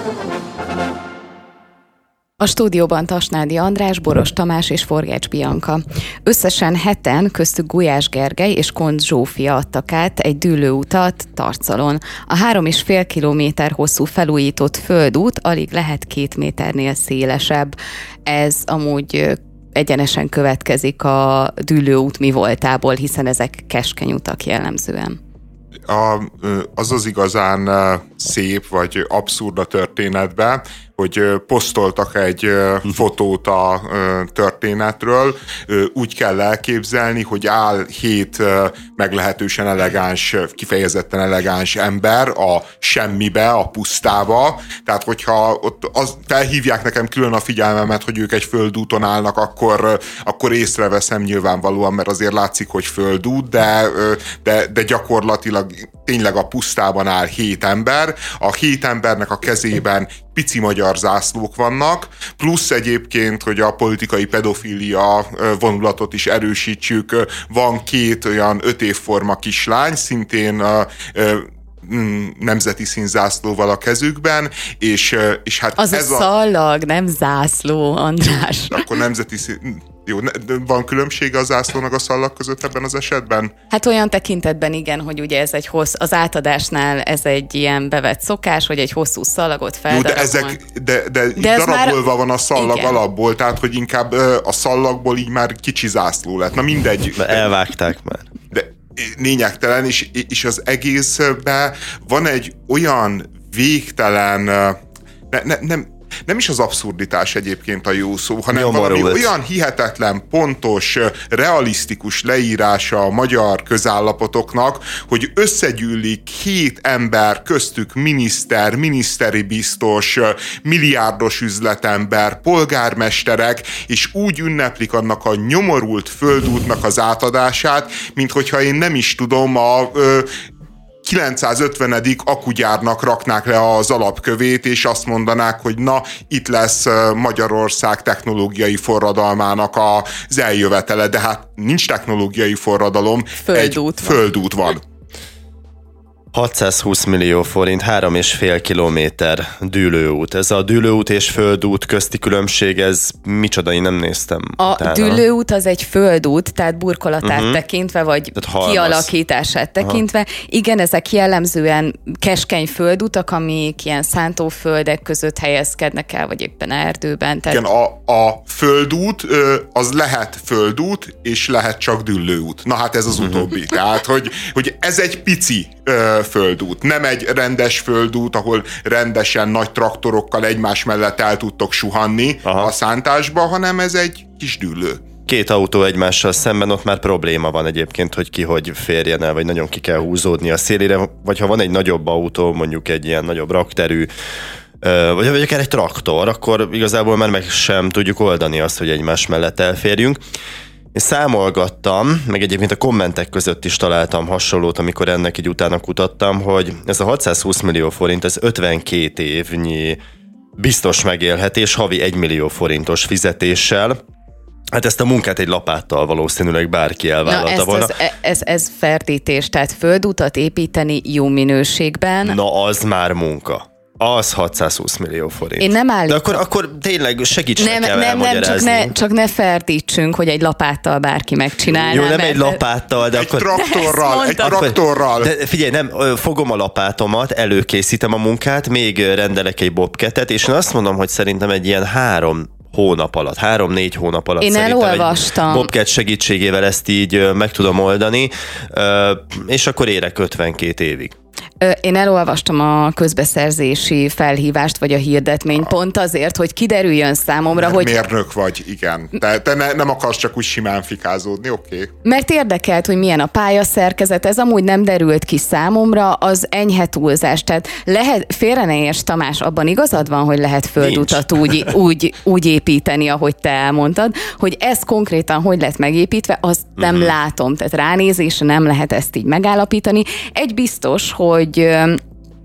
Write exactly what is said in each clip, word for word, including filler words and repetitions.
A stúdióban Tasnádi András, Boros Tamás és Forgács Bianka. Összesen heten, köztük Gulyás Gergely és Koncz Zsófia adtak át egy dűlőutat Tarcalon. A három és fél kilométer hosszú felújított földút alig lehet két méternél szélesebb. Ez amúgy egyenesen következik a dűlőút mi voltából, hiszen ezek keskeny utak jellemzően. A, az az igazán szép vagy abszurd a történetben, hogy posztoltak egy fotót a történetről. Úgy kell elképzelni, hogy áll hét meglehetősen elegáns, kifejezetten elegáns ember a semmibe, a pusztába. Tehát, hogyha ott az, felhívják nekem külön a figyelmemet, hogy ők egy földúton állnak, akkor, akkor észreveszem nyilvánvalóan, mert azért látszik, hogy földút, de, de, de gyakorlatilag tényleg a pusztában áll hét ember. A hét embernek a kezében pici magyar zászlók vannak, plusz egyébként, hogy a politikai pedofília vonulatot is erősítsük, van két olyan öt évforma kislány, szintén nemzeti színzászlóval a kezükben, és, és hát az ez a szallag, nem zászló, András. Akkor nemzeti szín... Jó, van különbsége a zászlónak a szallag között ebben az esetben? Hát olyan tekintetben igen, hogy ugye ez egy hossz, az átadásnál ez egy ilyen bevett szokás, hogy egy hosszú szallagot feldarabol. Jó, de ezek, de, de, de ez darabolva már... van a szallag igen. alapból, tehát hogy inkább a szallagból így már kicsi zászló lett. Na mindegy. De elvágták már. De lényegtelen, és, és az egészben van egy olyan végtelen, ne, ne, nem, nem is az abszurditás egyébként a jó szó, hanem Nyomorult. valami olyan hihetetlen, pontos, realisztikus leírása a magyar közállapotoknak, hogy összegyűlik hét ember, köztük miniszter, miniszteri biztos, milliárdos üzletember, polgármesterek, és úgy ünneplik annak a nyomorult földútnak az átadását, mint hogyha én nem is tudom, a ö, kilencszázötvenedik akugyárnak raknák le az alapkövét, és azt mondanák, hogy na, itt lesz Magyarország technológiai forradalmának az eljövetele, de hát nincs technológiai forradalom, földút egy van. földút van. hatszázhúsz millió forint, három és fél kilométer dűlőút. Ez a dűlőút és földút közti különbség, ez micsoda, én nem néztem. A utána. Dűlőút az egy földút, tehát burkolatát uh-huh. tekintve, vagy tehát kialakítását tekintve. Aha. Igen, ezek jellemzően keskeny földutak, amik ilyen szántóföldek között helyezkednek el, vagy éppen erdőben. Tehát... Igen, a, a földút az lehet földút, és lehet csak dűlőút. Na hát ez az uh-huh. utóbbi. Tehát, hogy, hogy ez egy pici földút. Nem egy rendes földút, ahol rendesen nagy traktorokkal egymás mellett el tudtok suhanni Aha. a szántásba, hanem ez egy kis dűlő. Két autó egymással szemben, ott már probléma van egyébként, hogy ki hogy férjen el, vagy nagyon ki kell húzódni a szélére, vagy ha van egy nagyobb autó, mondjuk egy ilyen nagyobb rakterű, vagy, vagy akár egy traktor, akkor igazából már meg sem tudjuk oldani azt, hogy egymás mellett elférjünk. Én számolgattam, meg egyébként a kommentek között is találtam hasonlót, amikor ennek így utána kutattam, hogy ez a hatszázhúsz millió forint, ez ötvenkét évnyi biztos megélhetés, havi egy millió forintos fizetéssel. Hát ezt a munkát egy lapáttal valószínűleg bárki elvállalta Na, volna. Ez, ez, ez ferdítés, tehát földutat építeni jó minőségben. Na, az már munka. Az hatszázhúsz millió forint. Én nem állítom. De akkor, akkor tényleg segíts nem, nekem nem, nem, csak ne, csak ne ferdítsünk, hogy egy lapáttal bárki megcsinálná. Jó, nem mert... egy lapáttal, de egy akkor... traktorral, egy traktorral. De figyelj, nem, fogom a lapátomat, előkészítem a munkát, még rendelek egy bobketet, és én azt mondom, hogy szerintem egy ilyen három hónap alatt, három-négy hónap alatt én szerintem elolvastam. egy bobcat segítségével ezt így meg tudom oldani, és akkor érek ötvenkét évig. Én elolvastam a közbeszerzési felhívást, vagy a hirdetményt a... pont azért, hogy kiderüljön számomra, mert hogy... mérnök vagy, igen. Te, te ne, nem akarsz csak úgy simán fikázódni, oké? Okay. Mert érdekelt, hogy milyen a pályaszerkezet, ez amúgy nem derült ki számomra, az enyhe túlzás. Tehát lehet, félre ne érts, Tamás, abban igazad van, hogy lehet földutat úgy, úgy, úgy építeni, ahogy te elmondtad, hogy ez konkrétan hogy lett megépítve, azt uh-huh. nem látom. Tehát ránézésre nem lehet ezt így megállapítani. Egy biztos, hogy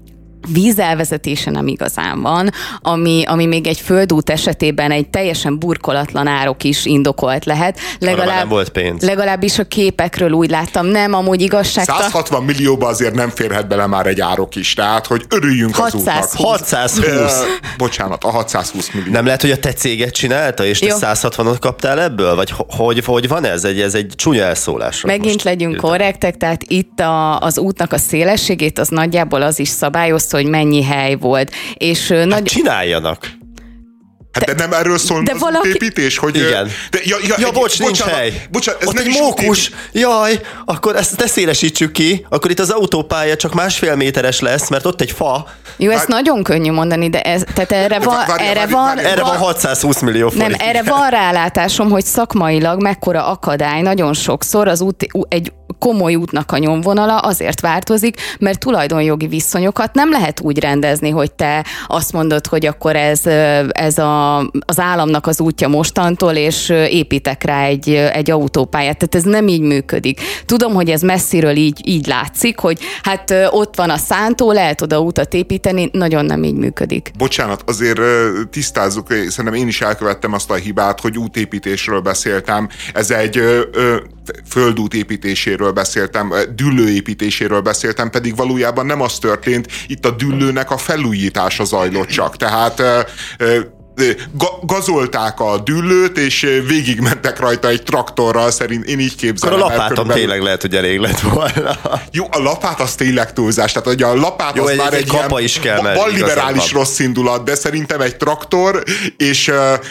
vízelvezetése nem igazán van, ami, ami még egy földút esetében egy teljesen burkolatlan árok is indokolt lehet. Legalább, nem volt pénz. Legalábbis a képekről úgy láttam, nem, amúgy igazság. száz hatvan millióba azért nem férhet bele már egy árok is, tehát hogy örüljünk az útnak. hatszázhúsz Uh, bocsánat, a hatszázhúsz millió. Nem lehet, hogy a te céget csinálta, és te Jó. száz hatvanot kaptál ebből? Vagy hogy, hogy van ez? Egy, ez egy csúnya elszólás. Megint legyünk írtam. korrektek, tehát itt a, az útnak a szélességét az nagyjából az is szabályozta, hogy mennyi hely volt. És hát nagy... csináljanak! Hát de, de nem erről szól az valaki... építés, hogy... Igen. De, ja, ja, ja, egy, bocs, nincs bocsánat, hely. Bocsánat, ez ott nem egy is mókus. Jaj, akkor ezt ne szélesítsük ki, akkor itt az autópálya csak másfél méteres lesz, mert ott egy fa. Jó, ezt hát... nagyon könnyű mondani, de ez, tehát erre van... Várja, erre várja, van, várja, erre van hatszázhúsz millió forint. Nem, erre van rálátásom, hogy szakmailag mekkora akadály nagyon sokszor az út, egy komoly útnak a nyomvonala azért változik, mert tulajdonjogi viszonyokat nem lehet úgy rendezni, hogy te azt mondod, hogy akkor ez, ez a, az államnak az útja mostantól, és építek rá egy, egy autópályát. Tehát ez nem így működik. Tudom, hogy ez messziről így, így látszik, hogy hát ott van a szántó, lehet oda utat építeni, nagyon nem így működik. Bocsánat, azért tisztázzuk, szerintem én is elkövettem azt a hibát, hogy útépítésről beszéltem. Ez egy ö, ö, földút építéséről beszéltem, düllőépítéséről beszéltem, pedig valójában nem az történt, itt a düllőnek a felújítása zajlott csak. Tehát ö, ö, Ga- gazolták a düllőt, és végigmentek rajta egy traktorral, szerint én így képzelem. Akkor a lapátom körülbelül... tényleg lehet, hogy elég lett volna. Jó, a lapát az tényleg túlzás. Tehát, hogy a lapát Jó, az egy, már egy, egy kapa ilyen is kell, balliberális rossz indulat, de szerintem egy traktor, és...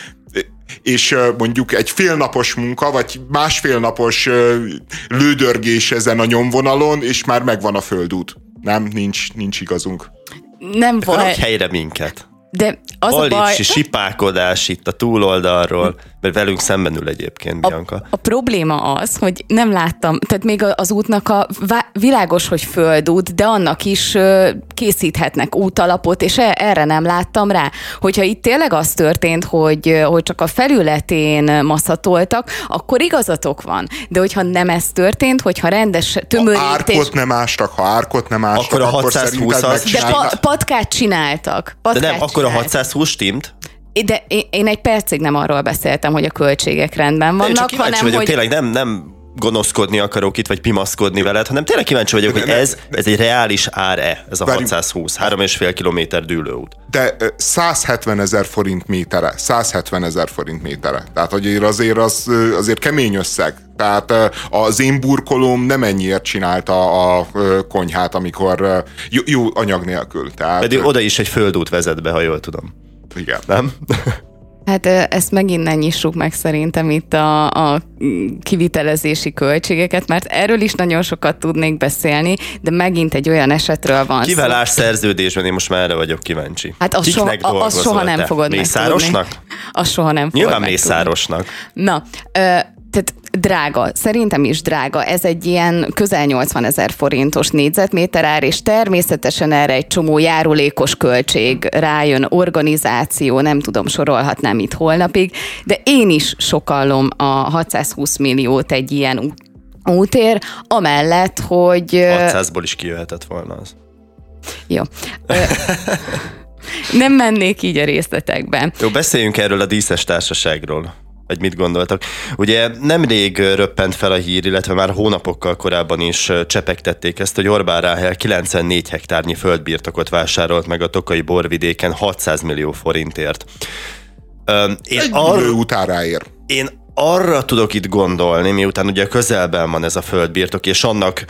és mondjuk egy félnapos munka, vagy másfélnapos lődörgés ezen a nyomvonalon, és már megvan a földút. Nem, nincs, nincs igazunk. Nem volt. Rakj helyre minket. De az a baj... sipákodás itt a túloldalról, mert velünk szemben ül egyébként, Bianca. A, a probléma az, hogy nem láttam, tehát még az útnak a világos, hogy földút, de annak is készíthetnek útalapot, és erre nem láttam rá. Hogyha itt tényleg az történt, hogy, hogy csak a felületén maszatoltak, akkor igazatok van. De hogyha nem ez történt, hogyha rendes tömörítés... Ha árkot nem ástak, ha árkot nem ástak, akkor a hatszázhúsz az... De pa- patkát csináltak. Patkát de nem, akkor csináltak. a hatszázhúsz stimmt? De én egy percig nem arról beszéltem, hogy a költségek rendben vannak, én csak hanem, vagyok, hogy... tényleg nem, nem gonoszkodni akarok itt, vagy pimaszkodni veled, hanem tényleg kíváncsi vagyok, hogy ez, ez egy reális ár-e, ez a hatszázhúsz, három és fél kilométer dűlőút. De száz hetven ezer forint métere, száz hetven ezer forint métere. Tehát, hogy azért az azért kemény összeg. Tehát az én burkolóm nem ennyiért csinálta a konyhát, amikor jó, jó anyag nélkül. Tehát, pedig oda is egy földút vezet be, ha jól tudom. Igen. Nem? Hát ezt megint ne nyissuk meg szerintem itt a, a kivitelezési költségeket, mert erről is nagyon sokat tudnék beszélni, de megint egy olyan esetről van Kivel szó. Állsz szerződésben? Én most már erre vagyok kíváncsi. Hát azt soha, az soha nem te? fogod Mészárosnak? megtudni. Azt soha nem fogod Nyilván megtudni. Mészárosnak. Na, ö, tehát drága, szerintem is drága. Ez egy ilyen közel nyolcvanezer forintos négyzetméter ár, és természetesen erre egy csomó járulékos költség rájön, organizáció, nem tudom, sorolhatnám itt holnapig, de én is sokallom a hatszázhúsz milliót egy ilyen útér, amellett, hogy... hatszázból is kijöhetett volna az. Jó. Nem mennék így a részletekbe. Jó, beszéljünk erről a díszes társaságról. Vagy mit gondoltak? Ugye nemrég röppent fel a hír, illetve már hónapokkal korábban is csepegtették ezt, hogy Orbán Ráhel kilencvennégy hektárnyi földbirtokot vásárolt meg a tokai borvidéken hatszáz millió forintért. Én Egy ar- utáráért. Én arra tudok itt gondolni, miután ugye közelben van ez a földbirtok, és annak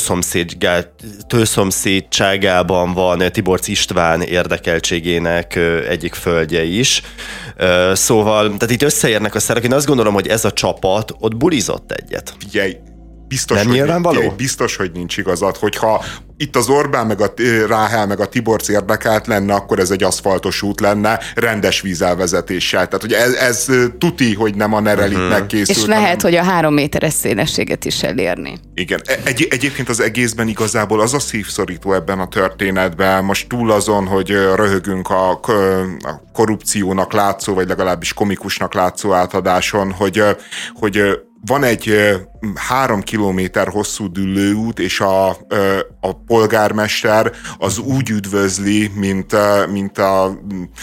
tőszomszédságában van Tiborcs István érdekeltségének egyik földje is. Szóval, tehát itt összeérnek a szerek. Én azt gondolom, hogy ez a csapat ott bulizott egyet. Figyelj, biztos, nem hogy, nyilvánvaló? Figyelj, biztos, hogy nincs igazad. Hogyha itt az Orbán, meg a Ráhel, meg a Tiborcs érdekelt lenne, akkor ez egy aszfaltos út lenne, rendes vízelvezetéssel. Tehát, hogy ez, ez tuti, hogy nem a Nerelitnek uh-huh. készült. És lehet, hanem... hogy a három méteres szélességet is elérni. Igen. Egy, egyébként az egészben igazából az a szívszorító ebben a történetben, most túl azon, hogy röhögünk a, a korrupciónak látszó, vagy legalábbis komikusnak látszó átadáson, hogy, hogy van egy három kilométer hosszú dűlőút, és a, a polgármester az úgy üdvözli, mint, mint a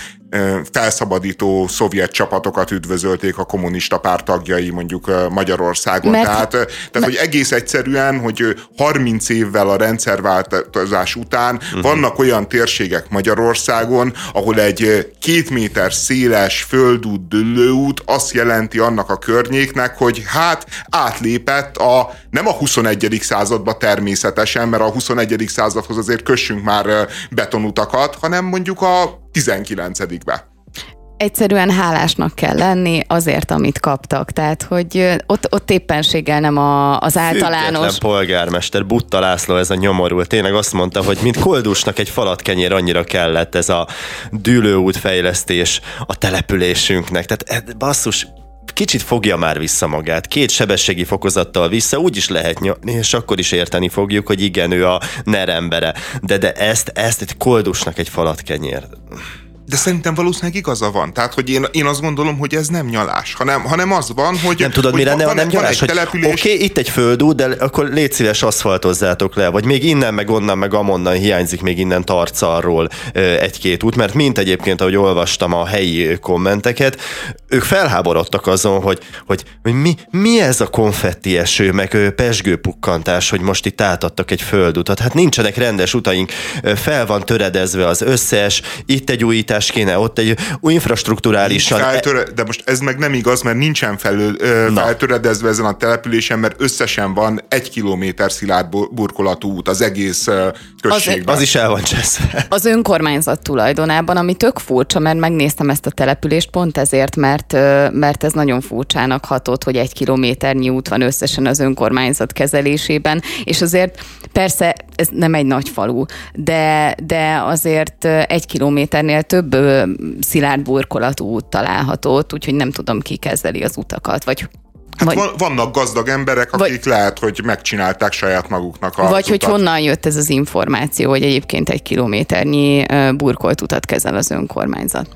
felszabadító szovjet csapatokat üdvözölték a kommunista párt tagjai mondjuk Magyarországon. Mert, tehát, tehát mert, hogy egész egyszerűen, hogy harminc évvel a rendszerváltozás után uh-huh. vannak olyan térségek Magyarországon, ahol egy két méter széles földút, dűlőút azt jelenti annak a környéknek, hogy hát átlépett a nem a huszonegyedik századba természetesen, mert a huszonegyedik századhoz azért kössünk már betonutakat, hanem mondjuk a tizenkilencedikbe Egyszerűen hálásnak kell lenni azért, amit kaptak. Tehát, hogy ott, ott éppenséggel nem a, az általános... Független polgármester, Butta László, ez a nyomorul, tényleg azt mondta, hogy mint Koldusnak egy falatkenyér annyira kellett ez a dűlőút fejlesztés a településünknek. Tehát basszus, kicsit fogja már vissza magát, két sebességi fokozattal vissza, úgy is lehet nyomni, és akkor is érteni fogjuk, hogy igen, ő a NER embere. De, de ezt, ezt egy Koldusnak egy falatkenyér. De szerintem valószínűleg igaza van. Tehát, hogy én, én azt gondolom, hogy ez nem nyalás, hanem, hanem az van, hogy... Nem tudod, hogy mire van, nem nyalás, hogy település... oké, okay, itt egy földút, de akkor légy szíves, aszfaltozzátok le, vagy még innen, meg onnan, meg amonnan hiányzik még innen Tarcalról egy-két út, mert mint egyébként, ahogy olvastam a helyi kommenteket, ők felháborodtak azon, hogy, hogy, hogy mi, mi ez a konfetti eső, meg pezsgőpukkantás, hogy most itt átadtak egy földutat. Hát nincsenek rendes utaink, fel van töredezve az összes, itt egy újítás kéne, ott egy új infrastrukturálisan... Feltöre, de most ez meg nem igaz, mert nincsen felül, ö, feltöredezve ezen a településen, mert összesen van egy kilométer szilárd burkolatú út az egész ö, községben. Az, az is el van cseszve. Az önkormányzat tulajdonában, ami tök furcsa, mert megnéztem ezt a települést pont ezért, mert, mert ez nagyon furcsának hatott, hogy egy kilométernyi út van összesen az önkormányzat kezelésében, és azért persze ez nem egy nagy falu, de, de azért egy kilométernél több szilárd burkolatú út található ott, úgyhogy nem tudom, ki kezeli az utakat, vagy... Hát vagy, vannak gazdag emberek, akik vagy, lehet, hogy megcsinálták saját maguknak a Vagy hogy honnan jött ez az információ, hogy egyébként egy kilométernyi burkolt utat kezel az önkormányzat.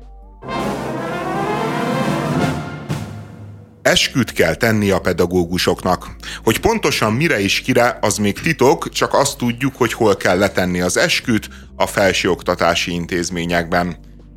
Esküt kell tenni a pedagógusoknak. Hogy pontosan mire és kire, az még titok, csak azt tudjuk, hogy hol kell letenni az esküt a felsőoktatási intézményekben.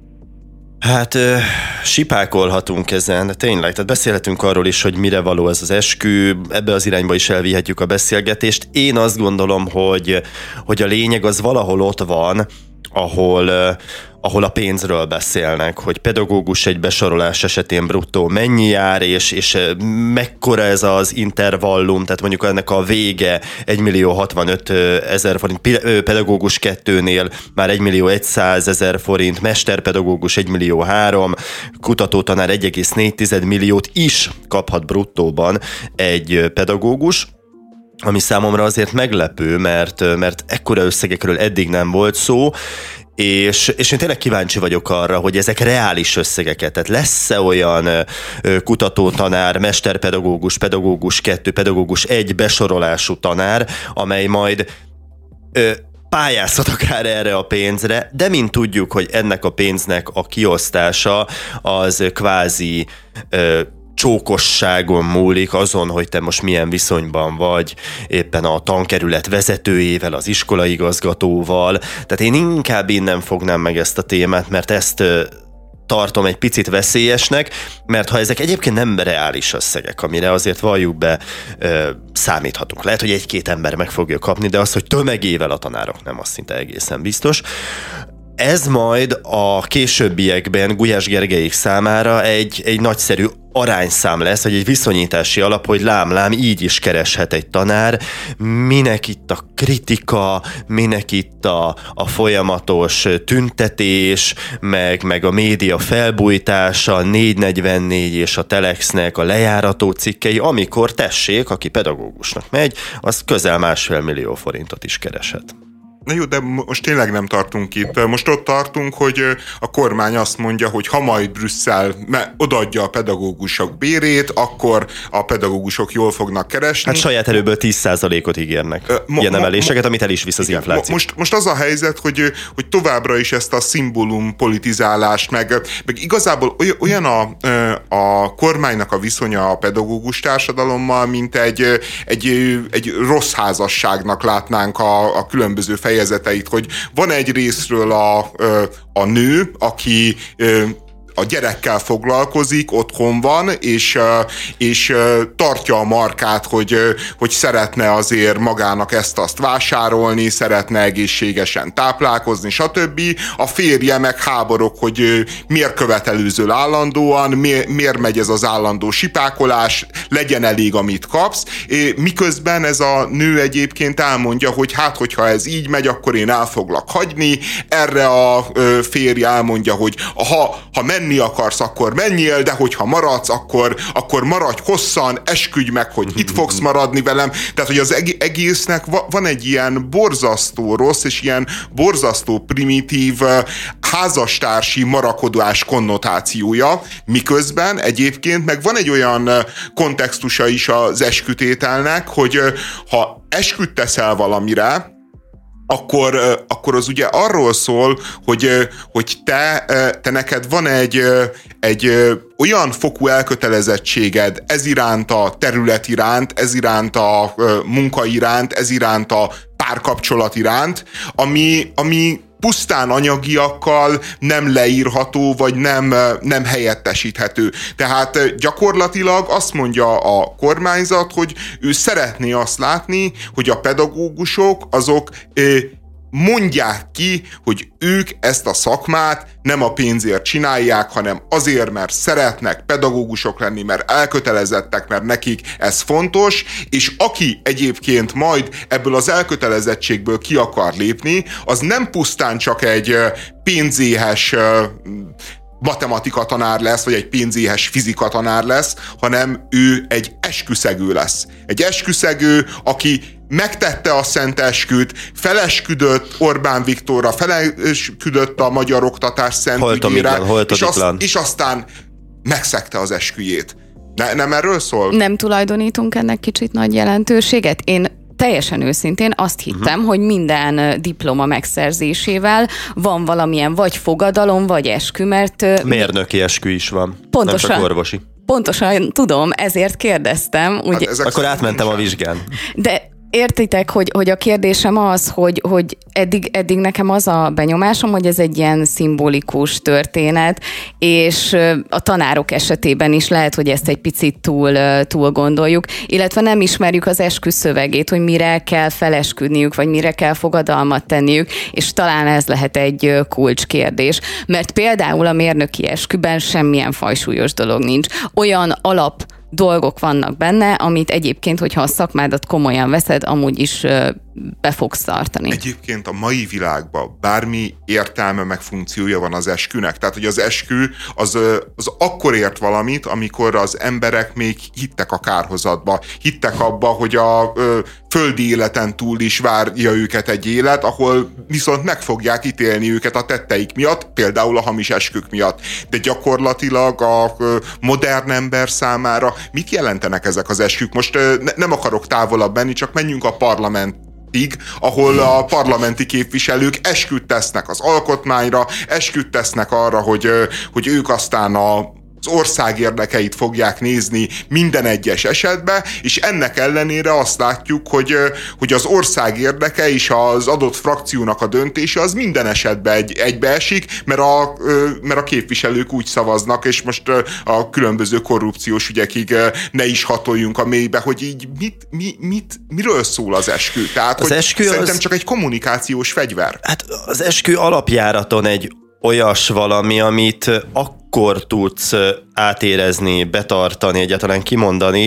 Hát ö, sipákolhatunk ezen, de tényleg, tehát beszélhetünk arról is, hogy mire való ez az eskü, ebbe az irányba is elvihetjük a beszélgetést. Én azt gondolom, hogy, hogy a lényeg az valahol ott van, ahol, uh, ahol a pénzről beszélnek, hogy pedagógus egy besorolás esetén bruttó mennyi jár, és, és mekkora ez az intervallum, tehát mondjuk ennek a vége egymillió hatvanöt ezer forint, pedagógus kettőnél már egymillió százezer forint, mesterpedagógus egymillió három, kutatótanár egy egész négy milliót is kaphat bruttóban egy pedagógus, ami számomra azért meglepő, mert, mert ekkora összegekről eddig nem volt szó, és, és én tényleg kíváncsi vagyok arra, hogy ezek reális összegeket, tehát lesz-e olyan kutatótanár, mesterpedagógus, pedagógus kettő, pedagógus egy besorolású tanár, amely majd ö, pályázhat akár erre a pénzre, de mint tudjuk, hogy ennek a pénznek a kiosztása az kvázi ö, csókosságon múlik, azon, hogy te most milyen viszonyban vagy éppen a tankerület vezetőjével, az iskolaigazgatóval. Tehát én inkább innen fognám meg ezt a témát, mert ezt tartom egy picit veszélyesnek, mert ha ezek egyébként nem reális összegek, amire azért valljuk be, ö, számíthatunk. Lehet, hogy egy-két ember meg fogja kapni, de az, hogy tömegével a tanárok nem, az szinte egészen biztos. Ez majd a későbbiekben Gulyás Gergelyék számára egy, egy nagyszerű arányszám lesz, vagy egy viszonyítási alap, hogy lám-lám, így is kereshet egy tanár, minek itt a kritika, minek itt a, a folyamatos tüntetés, meg, meg a média felbújtása, négy negyvennégy és a Telexnek a lejárató cikkei, amikor tessék, aki pedagógusnak megy, az közel másfél millió forintot is kereshet. Na jó, de most tényleg nem tartunk itt. Most ott tartunk, hogy a kormány azt mondja, hogy ha majd Brüsszel odaadja a pedagógusok bérét, akkor a pedagógusok jól fognak keresni. Hát saját erőből tíz százalékot ígérnek. Mo- ilyen emeléseket, amit el is visz az igen, infláció. Most, most az a helyzet, hogy, hogy továbbra is ezt a szimbólum politizálást, meg, meg igazából olyan a, a kormánynak a viszonya a pedagógus társadalommal, mint egy, egy, egy rossz házasságnak látnánk a, a különböző fejezeteit, hogy van egy részről a, a nő, aki a gyerekkel foglalkozik, otthon van, és, és tartja a markát, hogy, hogy szeretne azért magának ezt-azt vásárolni, szeretne egészségesen táplálkozni, stb. A férje meg háborog, hogy miért követelőzöl állandóan, miért, miért megy ez az állandó sipákolás, legyen elég, amit kapsz. Miközben ez a nő egyébként elmondja, hogy hát, hogyha ez így megy, akkor én el foglak hagyni. Erre a férje elmondja, hogy ha, ha menni akarsz, akkor menjél, de hogyha maradsz, akkor, akkor maradj hosszan, esküdj meg, hogy itt fogsz maradni velem. Tehát, hogy az egésznek van egy ilyen borzasztó rossz, és ilyen borzasztó primitív házastársi marakodás konnotációja, miközben egyébként meg van egy olyan kontextusa is az eskütételnek, hogy ha esküdt teszel valamire, Akkor, akkor az ugye arról szól, hogy, hogy te, te neked van egy, egy olyan fokú elkötelezettséged ez iránt a terület iránt, ez iránt a munka iránt, ez iránt a párkapcsolat iránt, ami, ami pusztán anyagiakkal nem leírható, vagy nem, nem helyettesíthető. Tehát gyakorlatilag azt mondja a kormányzat, hogy ő szeretné azt látni, hogy a pedagógusok azok mondják ki, hogy ők ezt a szakmát nem a pénzért csinálják, hanem azért, mert szeretnek pedagógusok lenni, mert elkötelezettek, mert nekik ez fontos, és aki egyébként majd ebből az elkötelezettségből ki akar lépni, az nem pusztán csak egy pénzéhes matematika tanár lesz, vagy egy pénzéhes fizika tanár lesz, hanem ő egy esküszegő lesz. Egy esküszegő, aki megtette a szent esküt, felesküdött Orbán Viktorra, felesküdött a magyar oktatás szent ügyére, és, azt, és aztán megszegte az esküjét. Ne, nem erről szól? Nem tulajdonítunk ennek kicsit nagy jelentőséget? Én teljesen őszintén azt hittem, uh-huh. hogy minden diploma megszerzésével van valamilyen vagy fogadalom, vagy eskü, mert... Mérnöki eskü is van, pontosan, nem csak orvosi. Pontosan tudom, ezért kérdeztem. Ugye, hát akkor átmentem a vizsgán. De értitek, hogy, hogy a kérdésem az, hogy, hogy eddig, eddig nekem az a benyomásom, hogy ez egy ilyen szimbolikus történet, és a tanárok esetében is lehet, hogy ezt egy picit túl, túl gondoljuk, illetve nem ismerjük az eskü szövegét, hogy mire kell felesküdniük, vagy mire kell fogadalmat tenniük, és talán ez lehet egy kulcskérdés. Mert például a mérnöki esküben semmilyen fajsúlyos dolog nincs. Olyan alap dolgok vannak benne, amit egyébként, hogyha a szakmádat komolyan veszed, amúgy is be fogsz tartani. Egyébként a mai világban bármi értelme meg funkciója van az eskünek. Tehát, hogy az eskü az, az akkor ért valamit, amikor az emberek még hittek a kárhozatba. Hittek abba, hogy a ö, földi életen túl is várja őket egy élet, ahol viszont meg fogják ítélni őket a tetteik miatt, például a hamis eskük miatt. De gyakorlatilag a ö, modern ember számára mit jelentenek ezek az eskük? Most ö, ne, nem akarok távolabb menni, csak menjünk a parlament ahol a parlamenti képviselők esküt tesznek az alkotmányra, esküt tesznek arra, hogy, hogy ők aztán a az ország érdekeit fogják nézni minden egyes esetben, és ennek ellenére azt látjuk, hogy, hogy az ország érdeke és az adott frakciónak a döntése az minden esetben egy, egybeesik, mert a, mert a képviselők úgy szavaznak, és most a különböző korrupciós ügyekig ne is hatoljunk a mélybe, hogy így mit, mi, mit, miről szól az eskü? Tehát, az hogy eskü szerintem az... csak egy kommunikációs fegyver. Hát az eskü alapjáraton egy olyas valami, amit akkor tudsz átérezni, betartani, egyáltalán kimondani,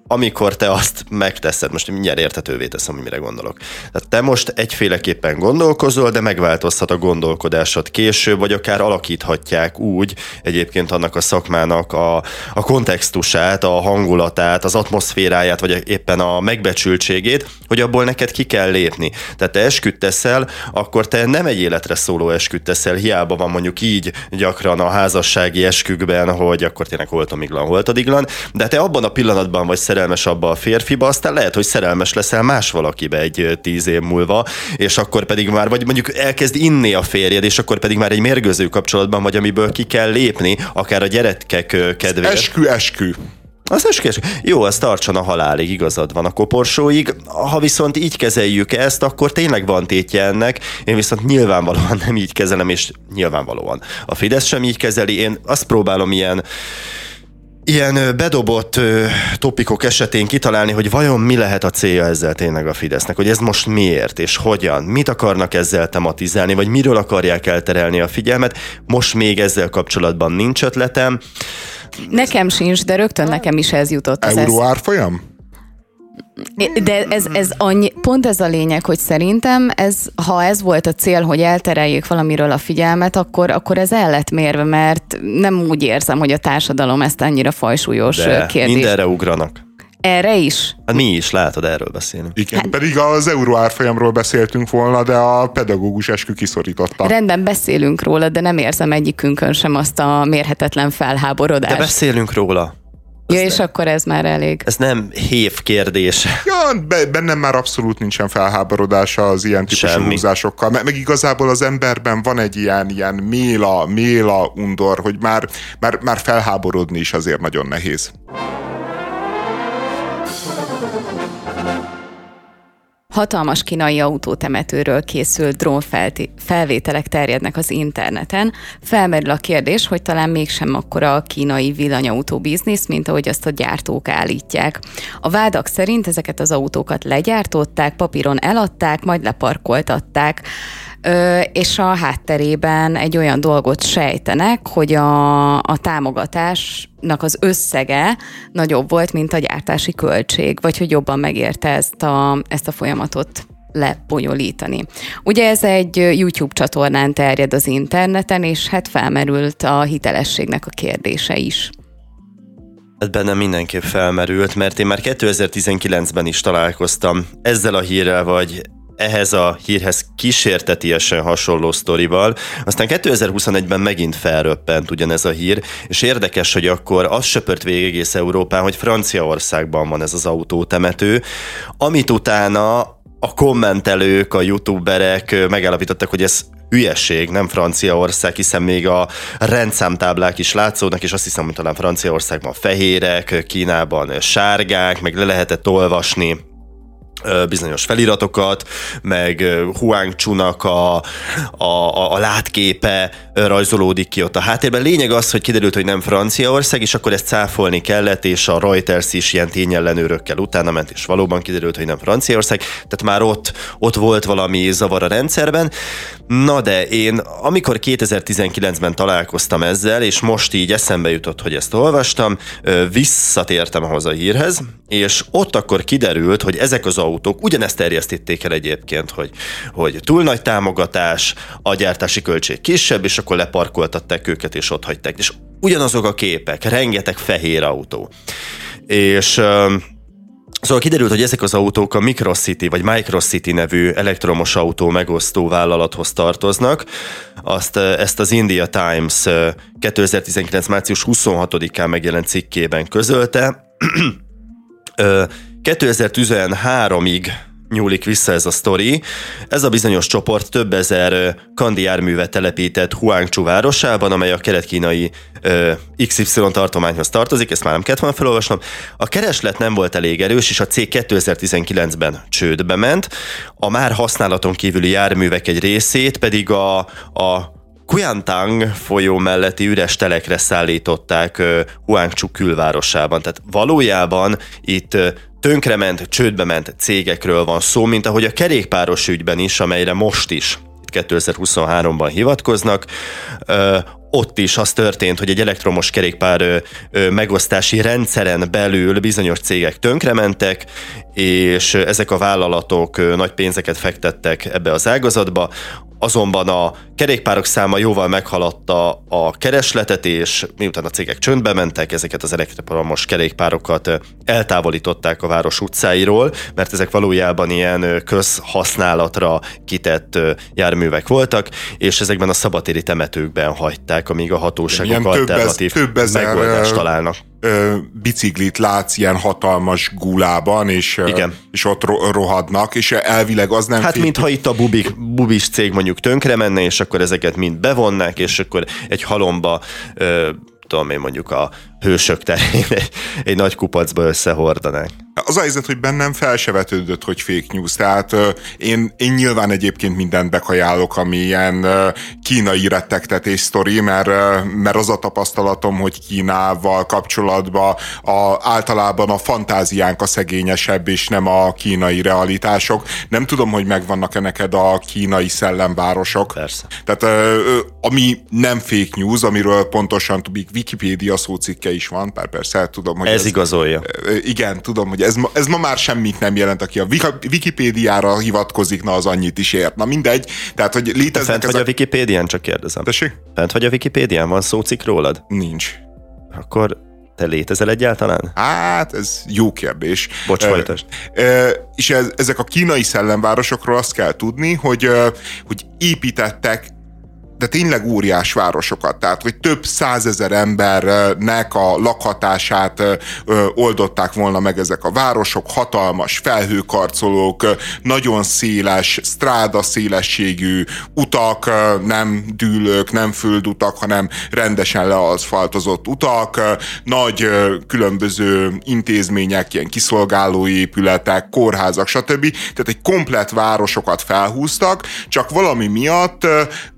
amikor te azt megteszed, most mindjárt érthetővé teszem, hogy mire gondolok. Tehát te most egyféleképpen gondolkozol, de megváltozhat a gondolkodásod később, vagy akár alakíthatják úgy egyébként annak a szakmának a, a kontextusát, a hangulatát, az atmoszféráját, vagy éppen a megbecsültségét, hogy abból neked ki kell lépni. Tehát te esküt teszel, akkor te nem egy életre szóló esküt teszel, hiába van mondjuk így gyakran a házassági eskükben, hogy akkor tényleg holtomiglan, holtadiglan, de te abban a pillanatban vagy szerelmes abba a férfiba, aztán lehet, hogy szerelmes leszel más valakibe egy tíz év múlva, és akkor pedig már, vagy mondjuk elkezd inni a férjed, és akkor pedig már egy mérgező kapcsolatban vagy, amiből ki kell lépni, akár a gyerekek kedvéért. Eskü, eskü. Az eskü, eskü. Jó, az tartson a halálig, igazad van a koporsóig. Ha viszont így kezeljük ezt, akkor tényleg van tétje ennek. Én viszont nyilvánvalóan nem így kezelem, és nyilvánvalóan a Fidesz sem így kezeli. Én azt próbálom ilyen Ilyen bedobott ö, topikok esetén kitalálni, hogy vajon mi lehet a célja ezzel tényleg a Fidesznek, hogy ez most miért és hogyan, mit akarnak ezzel tematizálni, vagy miről akarják elterelni a figyelmet. Most még ezzel kapcsolatban nincs ötletem. Nekem sincs, de rögtön nekem is ez jutott. Az Euró árfolyam? De ez, ez annyi, pont ez a lényeg, hogy szerintem ez, ha ez volt a cél, hogy eltereljék valamiről a figyelmet, akkor, akkor ez el lett mérve, mert nem úgy érzem, hogy a társadalom ezt annyira fajsúlyos de kérdés. Mindenre ugranak. Erre is? Hát mi is, látod, erről beszélünk. Igen, hát, pedig az euró árfolyamról beszéltünk volna, de a pedagógus eskü kiszorította. Rendben, beszélünk róla, de nem érzem egyikünkön sem azt a mérhetetlen felháborodást. De beszélünk róla. Ja, és nem, akkor ez már elég. Ez nem hév kérdés. Ja, bennem már abszolút nincsen felháborodása az ilyen típusú Semmi. húzásokkal. Meg, meg igazából az emberben van egy ilyen, ilyen méla, méla undor, hogy már, már, már felháborodni is azért nagyon nehéz. Hatalmas kínai autótemetőről készült drónfelvételek terjednek az interneten. Felmerül a kérdés, hogy talán mégsem akkora a kínai villanyautó biznisz, mint ahogy azt a gyártók állítják. A vádak szerint ezeket az autókat legyártották, papíron eladták, majd leparkoltatták, és a hátterében egy olyan dolgot sejtenek, hogy a, a támogatásnak az összege nagyobb volt, mint a gyártási költség, vagy hogy jobban megérte ezt a, ezt a folyamatot lebonyolítani. Ugye ez egy YouTube csatornán terjed az interneten, és hát felmerült a hitelességnek a kérdése is. Hát bennem mindenképp felmerült, mert én már kétezer-tizenkilencben is találkoztam ezzel a hírrel, vagy ehhez a hírhez kísértetiesen hasonló sztorival. Aztán kétezer-huszonegyben megint felröppent ugyanez a hír, és érdekes, hogy akkor az söpört végig egész Európán, hogy Franciaországban van ez az autótemető, amit utána a kommentelők, a youtuberek megállapítottak, hogy ez hülyeség, nem Franciaország, hiszen még a rendszámtáblák is látszódnak, és azt hiszem, hogy talán Franciaországban fehérek, Kínában sárgák, meg le lehetett olvasni bizonyos feliratokat, meg Huangchunak a, a, a, a látképe rajzolódik ki ott a háttérben. Lényeg az, hogy kiderült, hogy nem Franciaország, és akkor ezt cáfolni kellett, és a Reuters is ilyen tényellenőrökkel utána ment, és valóban kiderült, hogy nem Franciaország, tehát már ott, ott volt valami zavar a rendszerben. Na de én, amikor kétezer-tizenkilencben találkoztam ezzel, és most így eszembe jutott, hogy ezt olvastam, visszatértem ahhoz a hírhez, és ott akkor kiderült, hogy ezek az autók, ugyanezt terjesztették el egyébként, hogy, hogy túl nagy támogatás, a gyártási költség kisebb, és akkor leparkoltatták őket, és ott hagyták. És ugyanazok a képek, rengeteg fehér autó. És szóval kiderült, hogy ezek az autók a Microcity vagy Microcity nevű elektromos autó megosztó vállalathoz tartoznak. Azt, ezt az India Times kétezer-tizenkilenc. március huszonhatodikán megjelent cikkében közölte. kétezer-tizenháromig nyúlik vissza ez a sztori. Ez a bizonyos csoport több ezer kandi járművet telepített Huangchu városában, amely a kelet-kínai ö, iksz ipszilon tartományhoz tartozik, ezt már nem kellett volna felolvasnom. A kereslet nem volt elég erős, és a cég kétezer-tizenkilencben csődbe ment. A már használaton kívüli járművek egy részét pedig a, a Qiantang folyó melletti üres telekre szállították uh, Huangchu külvárosában. Tehát valójában itt uh, tönkrement, csődbe ment cégekről van szó, mint ahogy a kerékpáros ügyben is, amelyre most is kétezer-huszonháromban hivatkoznak. Uh, ott is az történt, hogy egy elektromos kerékpár ö, ö, megosztási rendszeren belül bizonyos cégek tönkrementek, és ezek a vállalatok ö, nagy pénzeket fektettek ebbe az ágazatba, azonban a kerékpárok száma jóval meghaladta a keresletet, és miután a cégek csöndbe mentek, ezeket az elektromos kerékpárokat eltávolították a város utcáiról, mert ezek valójában ilyen közhasználatra kitett járművek voltak, és ezekben a szabadtéri temetőkben hagyták, amíg a hatóságok ilyen alternatív több ezer, megoldást találnak. Biciklit látsz ilyen hatalmas gulában, és, és ott rohadnak, és elvileg az nem... Hát fél... mintha itt a bubik, bubis cég mondjuk tönkre menne, és akkor ezeket mind bevonnák, és akkor egy halomba, ö, tudom én mondjuk a hősök terén egy, egy nagy kupacba összehordanák. Az a helyzet, hogy bennem fel se vetődött, hogy fake news, tehát uh, én, én nyilván egyébként mindent bekajálok, ami ilyen uh, kínai rettegtetés sztori, mert, uh, mert az a tapasztalatom, hogy Kínával kapcsolatban a, általában a fantáziánk a szegényesebb, és nem a kínai realitások. Nem tudom, hogy megvannak-e neked a kínai szellemvárosok. Persze. Tehát uh, ami nem fake news, amiről pontosan tudjuk, Wikipédia szócikke is van, pár persze tudom, hogy ez, ez igazolja. Uh, igen, tudom, hogy ez ma, ez ma már semmit nem jelent, aki a Wikipédiára hivatkozik, na az annyit is ért. Na mindegy, tehát hogy léteznek... Fent vagy a... a Wikipédián, csak kérdezem. Tessék? Fent vagy a Wikipédián, van szócikk rólad? Nincs. Akkor te létezel egyáltalán? Hát, ez jó kérdés. Bocs, folytasd. E, e, és ez, ezek a kínai szellemvárosokról azt kell tudni, hogy, hogy építettek de tényleg óriás városokat, tehát hogy több százezer embernek a lakhatását ö, oldották volna meg ezek a városok, hatalmas felhőkarcolók, nagyon széles, stráda szélességű utak, nem dűlők, nem földutak, hanem rendesen leaszfaltozott utak, nagy különböző intézmények, ilyen kiszolgáló épületek, kórházak, stb. Tehát egy komplett városokat felhúztak, csak valami miatt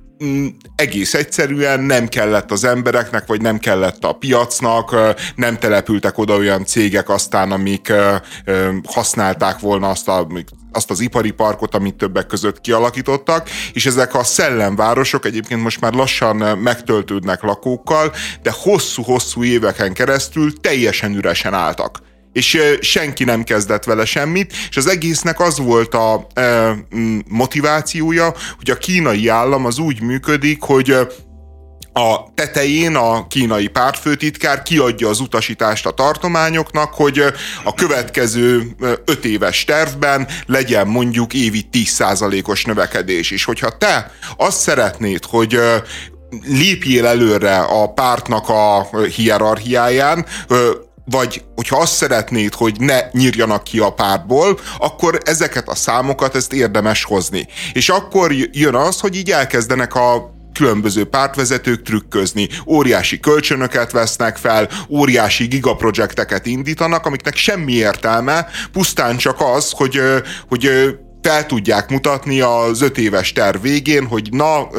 egész egyszerűen nem kellett az embereknek, vagy nem kellett a piacnak, nem települtek oda olyan cégek aztán, amik használták volna azt, a, azt az ipari parkot, amit többek között kialakítottak, és ezek a szellemvárosok egyébként most már lassan megtöltődnek lakókkal, de hosszú-hosszú éveken keresztül teljesen üresen álltak. És senki nem kezdett vele semmit, és az egésznek az volt a e, motivációja, hogy a kínai állam az úgy működik, hogy a tetején a kínai pártfőtitkár kiadja az utasítást a tartományoknak, hogy a következő öt éves tervben legyen mondjuk évi tíz százalékos növekedés. És hogyha te azt szeretnéd, hogy lépjél előre a pártnak a hierarchiáján, vagy hogyha azt szeretnéd, hogy ne nyírjanak ki a pártból, akkor ezeket a számokat, ezt érdemes hozni. És akkor jön az, hogy így elkezdenek a különböző pártvezetők trükközni. Óriási kölcsönöket vesznek fel, óriási gigaprojekteket indítanak, amiknek semmi értelme, pusztán csak az, hogy, hogy fel tudják mutatni az öt éves terv végén, hogy na,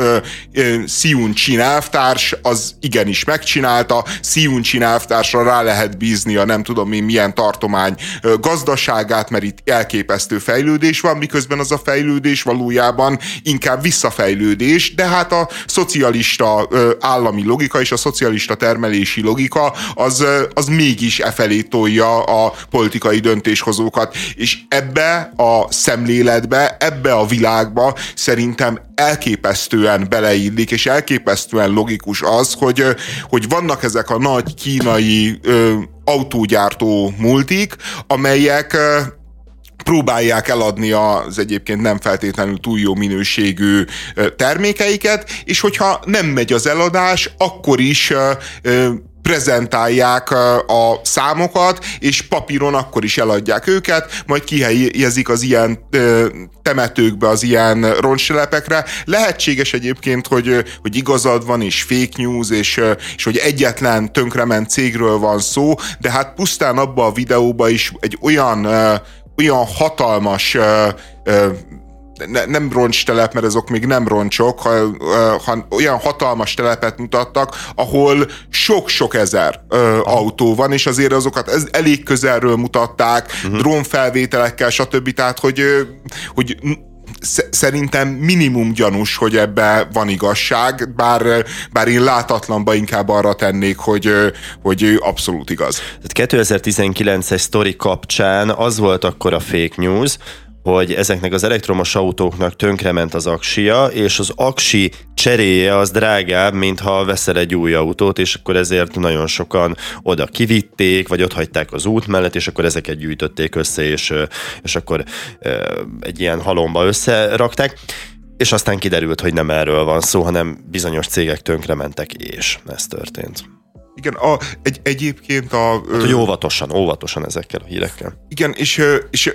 Sziuncsi elvtárs az igenis megcsinálta, Sziuncsi elvtársra rá lehet bízni a nem tudom én milyen tartomány gazdaságát, mert itt elképesztő fejlődés van, miközben az a fejlődés valójában inkább visszafejlődés, de hát a szocialista állami logika és a szocialista termelési logika az, az mégis e felé tolja a politikai döntéshozókat, és ebbe a szemlélet ebbe a világba szerintem elképesztően beleillik, és elképesztően logikus az, hogy, hogy vannak ezek a nagy kínai ö, autógyártó multik, amelyek ö, próbálják eladni az egyébként nem feltétlenül túl jó minőségű termékeiket, és hogyha nem megy az eladás, akkor is ö, ö, prezentálják a számokat, és papíron akkor is eladják őket, majd kihelyezik az ilyen ö, temetőkbe, az ilyen roncstelepekre. Lehetséges egyébként, hogy, hogy igazad van, és fake news, és, és hogy egyetlen tönkrement cégről van szó, de hát pusztán abba a videóba is egy olyan, ö, olyan hatalmas ö, ö, Ne, nem roncstelep, mert azok még nem roncsok, ha, ha olyan hatalmas telepet mutattak, ahol sok-sok ezer ö, autó van, és azért azokat ez, elég közelről mutatták, uh-huh. drónfelvételekkel, stb. Tehát, hogy, hogy szerintem minimum gyanús, hogy ebbe van igazság, bár, bár én látatlanba inkább arra tennék, hogy, hogy abszolút igaz. Tehát kétezer-tizenkilences sztori kapcsán az volt akkor a fake news, hogy ezeknek az elektromos autóknak tönkrement az aksia, és az aksi cseréje az drágább, mint ha veszel egy új autót, és akkor ezért nagyon sokan oda kivitték, vagy ott hagyták az út mellett, és akkor ezeket gyűjtötték össze, és, és akkor egy ilyen halomba összerakták. És aztán kiderült, hogy nem erről van szó, hanem bizonyos cégek tönkrementek, és ez történt. Igen, a, egy, egyébként a... Hát, hogy óvatosan, óvatosan ezekkel a hírekkel. Igen, és, és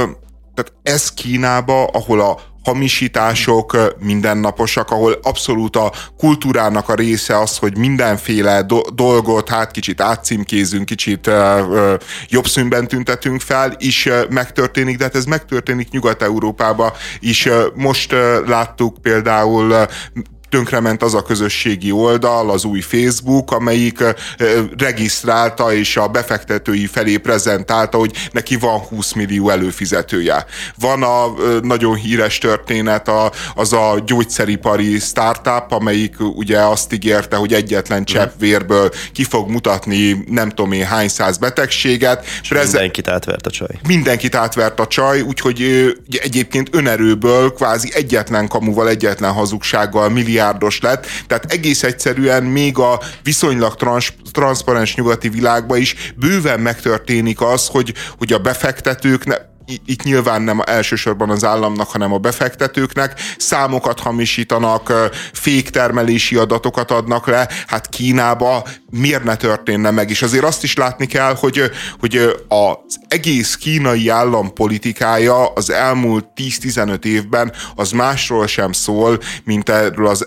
tehát ez Kínába, ahol a hamisítások mindennaposak, ahol abszolút a kultúrának a része az, hogy mindenféle do- dolgot hát kicsit átcímkézünk, kicsit uh, uh, jobb színben tüntetünk fel, is uh, megtörténik, de hát ez megtörténik Nyugat-Európában is. Uh, most uh, láttuk például uh, tönkrement az a közösségi oldal, az új Facebook, amelyik regisztrálta és a befektetői felé prezentálta, hogy neki van húsz millió előfizetője. Van a nagyon híres történet, a, az a gyógyszeripari startup, amelyik ugye azt ígérte, hogy egyetlen csepp vérből ki fog mutatni nem tudom én hány száz betegséget. Prezen- mindenkit átvert a csaj. Mindenkit átvert a csaj, úgyhogy egyébként önerőből kvázi egyetlen kamuval, egyetlen hazugsággal milliárd lett, tehát egész egyszerűen még a viszonylag trans, transzparens nyugati világban is bőven megtörténik az, hogy, hogy a befektetők ne, itt nyilván nem elsősorban az államnak, hanem a befektetőknek számokat hamisítanak, féktermelési adatokat adnak le, hát Kínába miért ne történne meg? És azért azt is látni kell, hogy, hogy az egész kínai állam politikája az elmúlt tíz-tizenöt évben az másról sem szól, mint erről az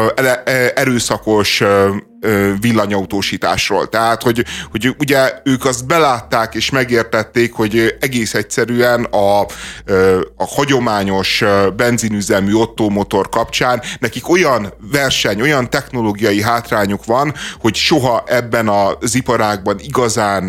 erőszakos villanyautósításról. Tehát, hogy, hogy ugye ők azt belátták és megértették, hogy egész egyszerűen a, a hagyományos benzinüzemű Otto motor kapcsán nekik olyan verseny, olyan technológiai hátrányuk van, hogy soha ebben az iparágban igazán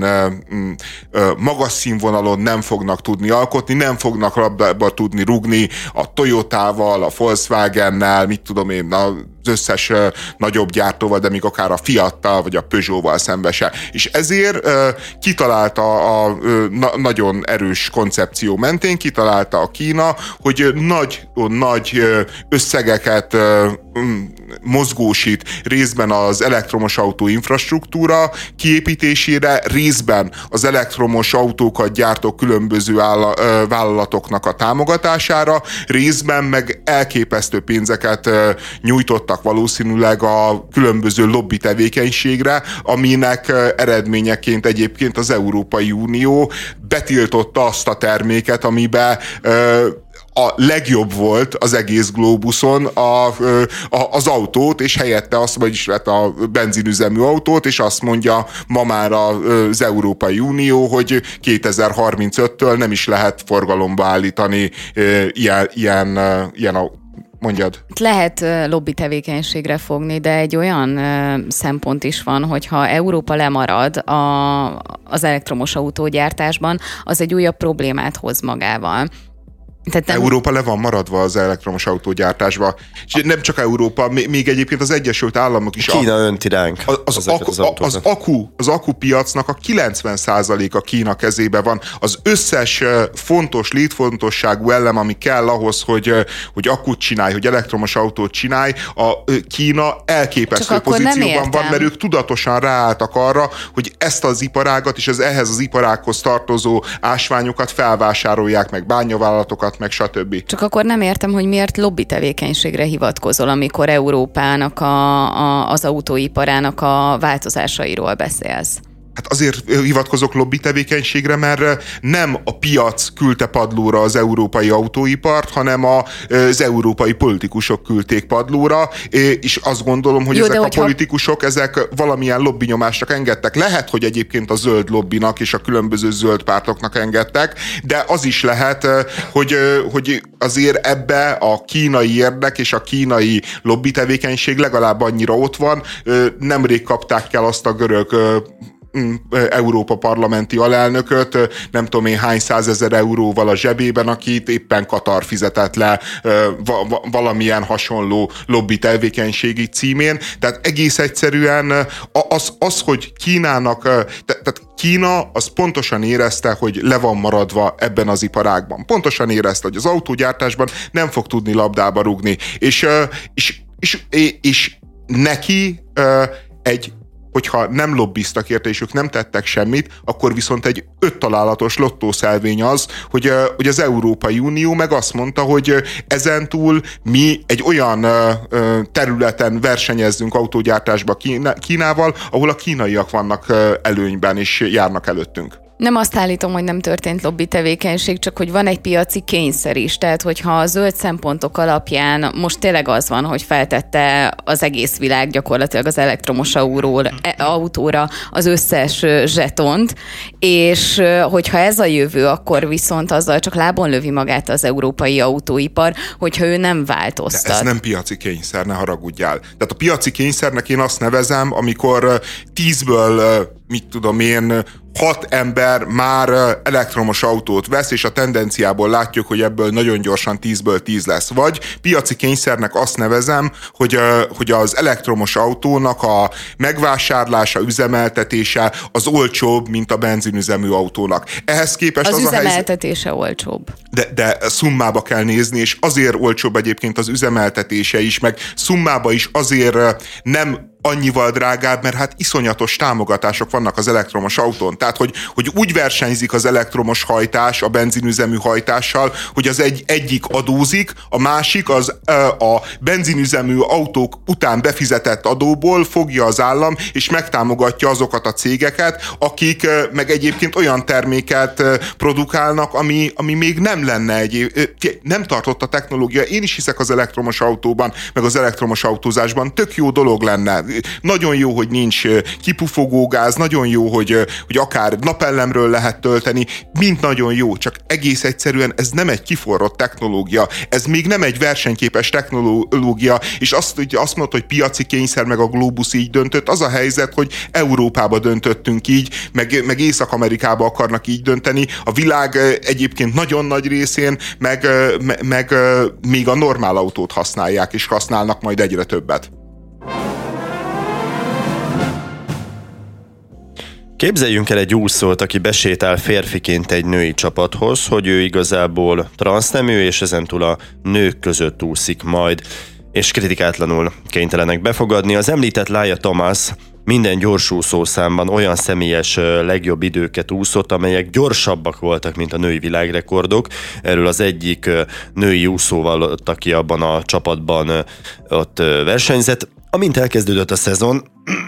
magas színvonalon nem fognak tudni alkotni, nem fognak labdába tudni rugni a Toyotával, a Volkswagennel, mit tudom én, az összes uh, nagyobb gyártóval, de még akár a Fiattal vagy a Peugeotval szembe se. És ezért uh, kitalálta a uh, na- nagyon erős koncepció mentén, kitalálta a Kína, hogy uh, nagy, uh, nagy uh, összegeket uh, um, mozgósít részben az elektromos autó infrastruktúra kiépítésére, részben az elektromos autókat gyártó különböző áll- uh, vállalatoknak a támogatására, részben meg elképesztő pénzeket uh, nyújtottak valószínűleg a különböző lobby tevékenységre, aminek eredményeként egyébként az Európai Unió betiltotta azt a terméket, amiben a legjobb volt az egész globuszon a, a, az autót, és helyette azt, vagyis lett a benzinüzemű autót, és azt mondja ma már az Európai Unió, hogy kétezer-harmincöttől nem is lehet forgalomba állítani ilyen, ilyen, ilyen autót. Mondjad. Lehet lobby tevékenységre fogni, de egy olyan szempont is van, hogyha Európa lemarad a, az elektromos autógyártásban, az egy újabb problémát hoz magával. Tehát nem... Európa le van maradva az elektromos autógyártásba. És nem csak Európa, még egyébként az Egyesült Államok is. Kína önt iránk. Az, az, aku, az, az, aku, az aku piacnak a kilencven százaléka Kína kezébe van. Az összes fontos, létfontosságú elem, ami kell ahhoz, hogy, hogy akut csinálj, hogy elektromos autót csinálj, a Kína elképesztő pozícióban van, mert ők tudatosan ráálltak arra, hogy ezt az iparágat és az ehhez az iparághoz tartozó ásványokat felvásárolják, meg bányavállalatokat, meg stb. Csak akkor nem értem, hogy miért lobby tevékenységre hivatkozol, amikor Európának a, a, az autóiparának a változásairól beszélsz. Hát azért hivatkozok lobby tevékenységre, mert nem a piac küldte padlóra az európai autóipart, hanem az európai politikusok küldték padlóra, és azt gondolom, hogy Jó, ezek a hogyha... politikusok ezek valamilyen lobbynyomásnak engedtek. Lehet, hogy egyébként a zöld lobbinak és a különböző zöld pártoknak engedtek, de az is lehet, hogy, hogy azért ebbe a kínai érdek és a kínai lobby tevékenység legalább annyira ott van. Nemrég kapták el azt a görög Európa parlamenti alelnököt, nem tudom én hány százezer euróval a zsebében, akit éppen Katar fizetett le valamilyen hasonló lobby tevékenységi címén. Tehát egész egyszerűen az, az hogy Kínának, tehát Kína az pontosan érezte, hogy le van maradva ebben az iparágban. Pontosan érezte, hogy az autógyártásban nem fog tudni labdába rúgni. És, és, és, és neki egy, hogyha nem lobbiztak érte, és ők nem tettek semmit, akkor viszont egy öt találatos lottószelvény az, hogy, hogy az Európai Unió meg azt mondta, hogy ezentúl mi egy olyan területen versenyezzünk autógyártásba Kínával, ahol a kínaiak vannak előnyben és járnak előttünk. Nem azt állítom, hogy nem történt lobby tevékenység, csak hogy van egy piaci kényszer is. Tehát, hogyha a zöld szempontok alapján most tényleg az van, hogy feltette az egész világ gyakorlatilag az elektromos autóra, autóra az összes zsetont, és hogyha ez a jövő, akkor viszont azzal csak lábon lövi magát az európai autóipar, hogyha ő nem változtat. De ez nem piaci kényszer, ne haragudjál. Tehát a piaci kényszernek én azt nevezem, amikor tízből, mit tudom én, hat ember már elektromos autót vesz, és a tendenciából látjuk, hogy ebből nagyon gyorsan tízből tíz lesz. Vagy piaci kényszernek azt nevezem, hogy, hogy az elektromos autónak a megvásárlása, üzemeltetése az olcsóbb, mint a benzinüzemű autónak. Ehhez képest az, az üzemeltetése a helyzet... olcsóbb. De, de szummába kell nézni, és azért olcsóbb egyébként az üzemeltetése is, meg szummába is azért nem annyival drágább, mert hát iszonyatos támogatások vannak az elektromos autón. Tehát, hogy, hogy úgy versenyzik az elektromos hajtás a benzinüzemű hajtással, hogy az egy, egyik adózik, a másik az a benzinüzemű autók után befizetett adóból fogja az állam, és megtámogatja azokat a cégeket, akik meg egyébként olyan terméket produkálnak, ami, ami még nem lenne egy... Nem tartott a technológia. Én is hiszek az elektromos autóban, meg az elektromos autózásban. Tök jó dolog lenne. Nagyon jó, hogy nincs kipufogógáz, nagyon jó, hogy, hogy akár napellemről lehet tölteni, mind nagyon jó, csak egész egyszerűen ez nem egy kiforrott technológia, ez még nem egy versenyképes technológia, és azt, hogy azt mondod, hogy piaci kényszer, meg a Globus így döntött, az a helyzet, hogy Európába döntöttünk így, meg, meg Észak-Amerikába akarnak így dönteni, a világ egyébként nagyon nagy részén, meg, meg, meg még a normál autót használják, és használnak majd egyre többet. Képzeljünk el egy úszót, aki besétál férfiként egy női csapathoz, hogy ő igazából transznemű, és ezentúl a nők között úszik majd, és kritikátlanul kénytelenek befogadni. Az említett Lia Thomas minden gyorsúszó számban olyan személyes legjobb időket úszott, amelyek gyorsabbak voltak, mint a női világrekordok. Erről az egyik női úszóval, aki abban a csapatban ott versenyzett. Amint elkezdődött a szezon,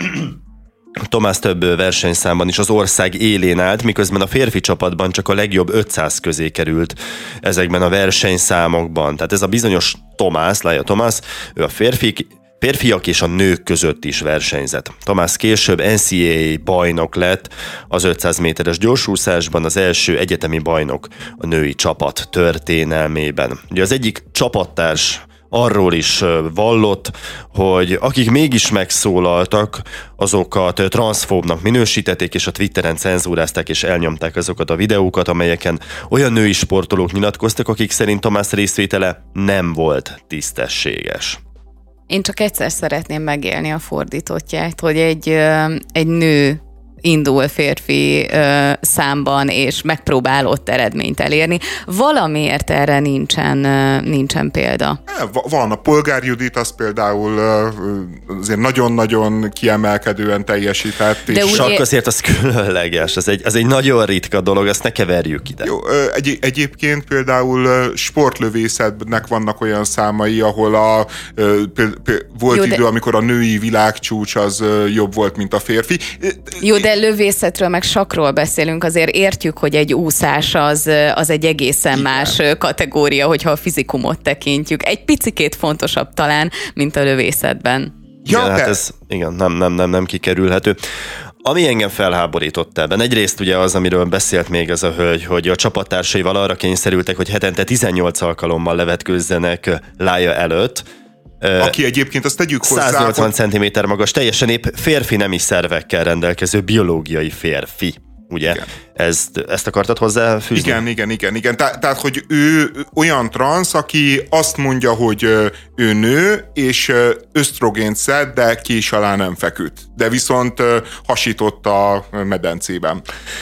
Thomas több versenyszámban is az ország élén állt, miközben a férfi csapatban csak a legjobb ötszáz közé került ezekben a versenyszámokban. Tehát ez a bizonyos Thomas, Lia Thomas, ő a férfi, férfiak és a nők között is versenyzett. Thomas később en cé á á bajnok lett az ötszáz méteres gyorsúszásban, az első egyetemi bajnok a női csapat történelmében. Ugye az egyik csapattárs arról is vallott, hogy akik mégis megszólaltak, azokat transzfóbnak minősítették, és a Twitteren cenzúrázták és elnyomták azokat a videókat, amelyeken olyan női sportolók nyilatkoztak, akik szerint Thomas részvétele nem volt tisztességes. Én csak egyszer szeretném megélni a fordítottját, hogy egy, egy nő indul férfi ö, számban, és megpróbál ott eredményt elérni. Valamiért erre nincsen, ö, nincsen példa. Van, a Polgár Judit, az például ö, azért nagyon-nagyon kiemelkedően teljesített. De és csak azért az különleges, az egy, az egy nagyon ritka dolog, azt ne keverjük ide. Jó, egy, egyébként például sportlövészetnek vannak olyan számai, ahol a, például, volt Jó, idő, de... amikor a női világcsúcs az jobb volt, mint a férfi. Jó, de lövészetről meg sakról beszélünk, azért értjük, hogy egy úszás az, az egy egészen igen. más kategória, hogyha a fizikumot tekintjük. Egy picikét fontosabb talán, mint a lövészetben. Ja, igen, hát ez igen, nem, nem, nem, nem kikerülhető. Ami engem felháborított ebben, egyrészt ugye az, amiről beszélt még ez a hölgy, hogy a csapattársaival arra kényszerültek, hogy hetente tizennyolc alkalommal levetkőzzenek Lia előtt, Aki egyébként, azt tegyük hozzá... száznyolcvan centiméter magas, teljesen épp férfi nemi szervekkel rendelkező biológiai férfi. Ugye? Ezt, ezt akartad hozzáfűzni? Igen, igen, igen, igen. Te, tehát, hogy ő olyan transz, aki azt mondja, hogy ő nő, és ösztrogént szed, de kés alá nem feküdt. De viszont hasított a medencében.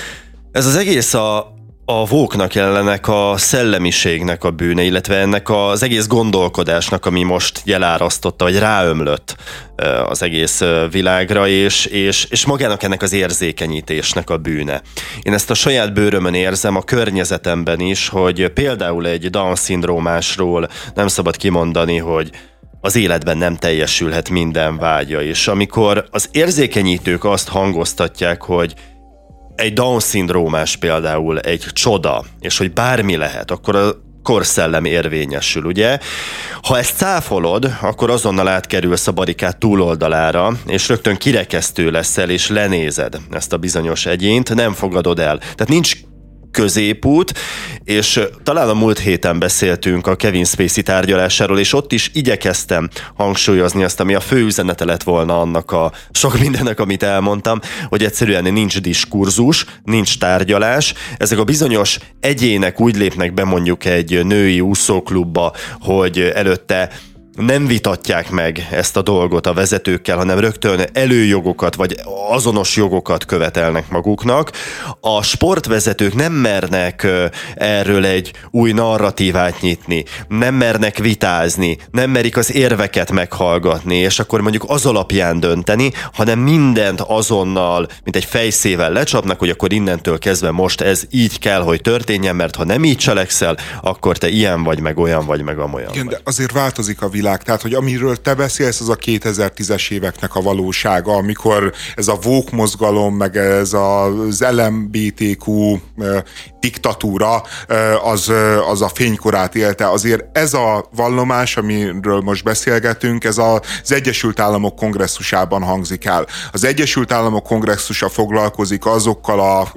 Ez az egész a a vóknak jelenleg a szellemiségnek a bűne, illetve ennek az egész gondolkodásnak, ami most jelárasztotta, vagy ráömlött az egész világra, és, és, és magának ennek az érzékenyítésnek a bűne. Én ezt a saját bőrömön érzem, a környezetemben is, hogy például egy Down-szindrómásról nem szabad kimondani, hogy az életben nem teljesülhet minden vágya, és amikor az érzékenyítők azt hangoztatják, hogy egy Down-szindrómás például egy csoda, és hogy bármi lehet, akkor a korszellem érvényesül, ugye? Ha ezt cáfolod, akkor azonnal átkerülsz a barikád túloldalára, és rögtön kirekesztő leszel, és lenézed ezt a bizonyos egyént, nem fogadod el. Tehát nincs középút, és talán a múlt héten beszéltünk a Kevin Spacey tárgyalásáról, és ott is igyekeztem hangsúlyozni azt, ami a fő üzenete lett volna annak a sok mindennek, amit elmondtam, hogy egyszerűen nincs diskurzus, nincs tárgyalás, ezek a bizonyos egyének úgy lépnek be mondjuk egy női úszóklubba, hogy előtte nem vitatják meg ezt a dolgot a vezetőkkel, hanem rögtön előjogokat, vagy azonos jogokat követelnek maguknak. A sportvezetők nem mernek erről egy új narratívát nyitni, nem mernek vitázni, nem merik az érveket meghallgatni, és akkor mondjuk az alapján dönteni, hanem mindent azonnal, mint egy fejszével lecsapnak, hogy akkor innentől kezdve most ez így kell, hogy történjen, mert ha nem így cselekszel, akkor te ilyen vagy, meg olyan vagy, meg amolyan. Igen, vagy. de azért változik a világ. Tehát, hogy amiről te beszélsz, az a kétezer-tízes éveknek a valósága, amikor ez a woke mozgalom, meg ez az el em bé té kú diktatúra, az, az a fénykorát élte. Azért ez a vallomás, amiről most beszélgetünk, ez az Egyesült Államok kongresszusában hangzik el. Az Egyesült Államok kongresszusa foglalkozik azokkal a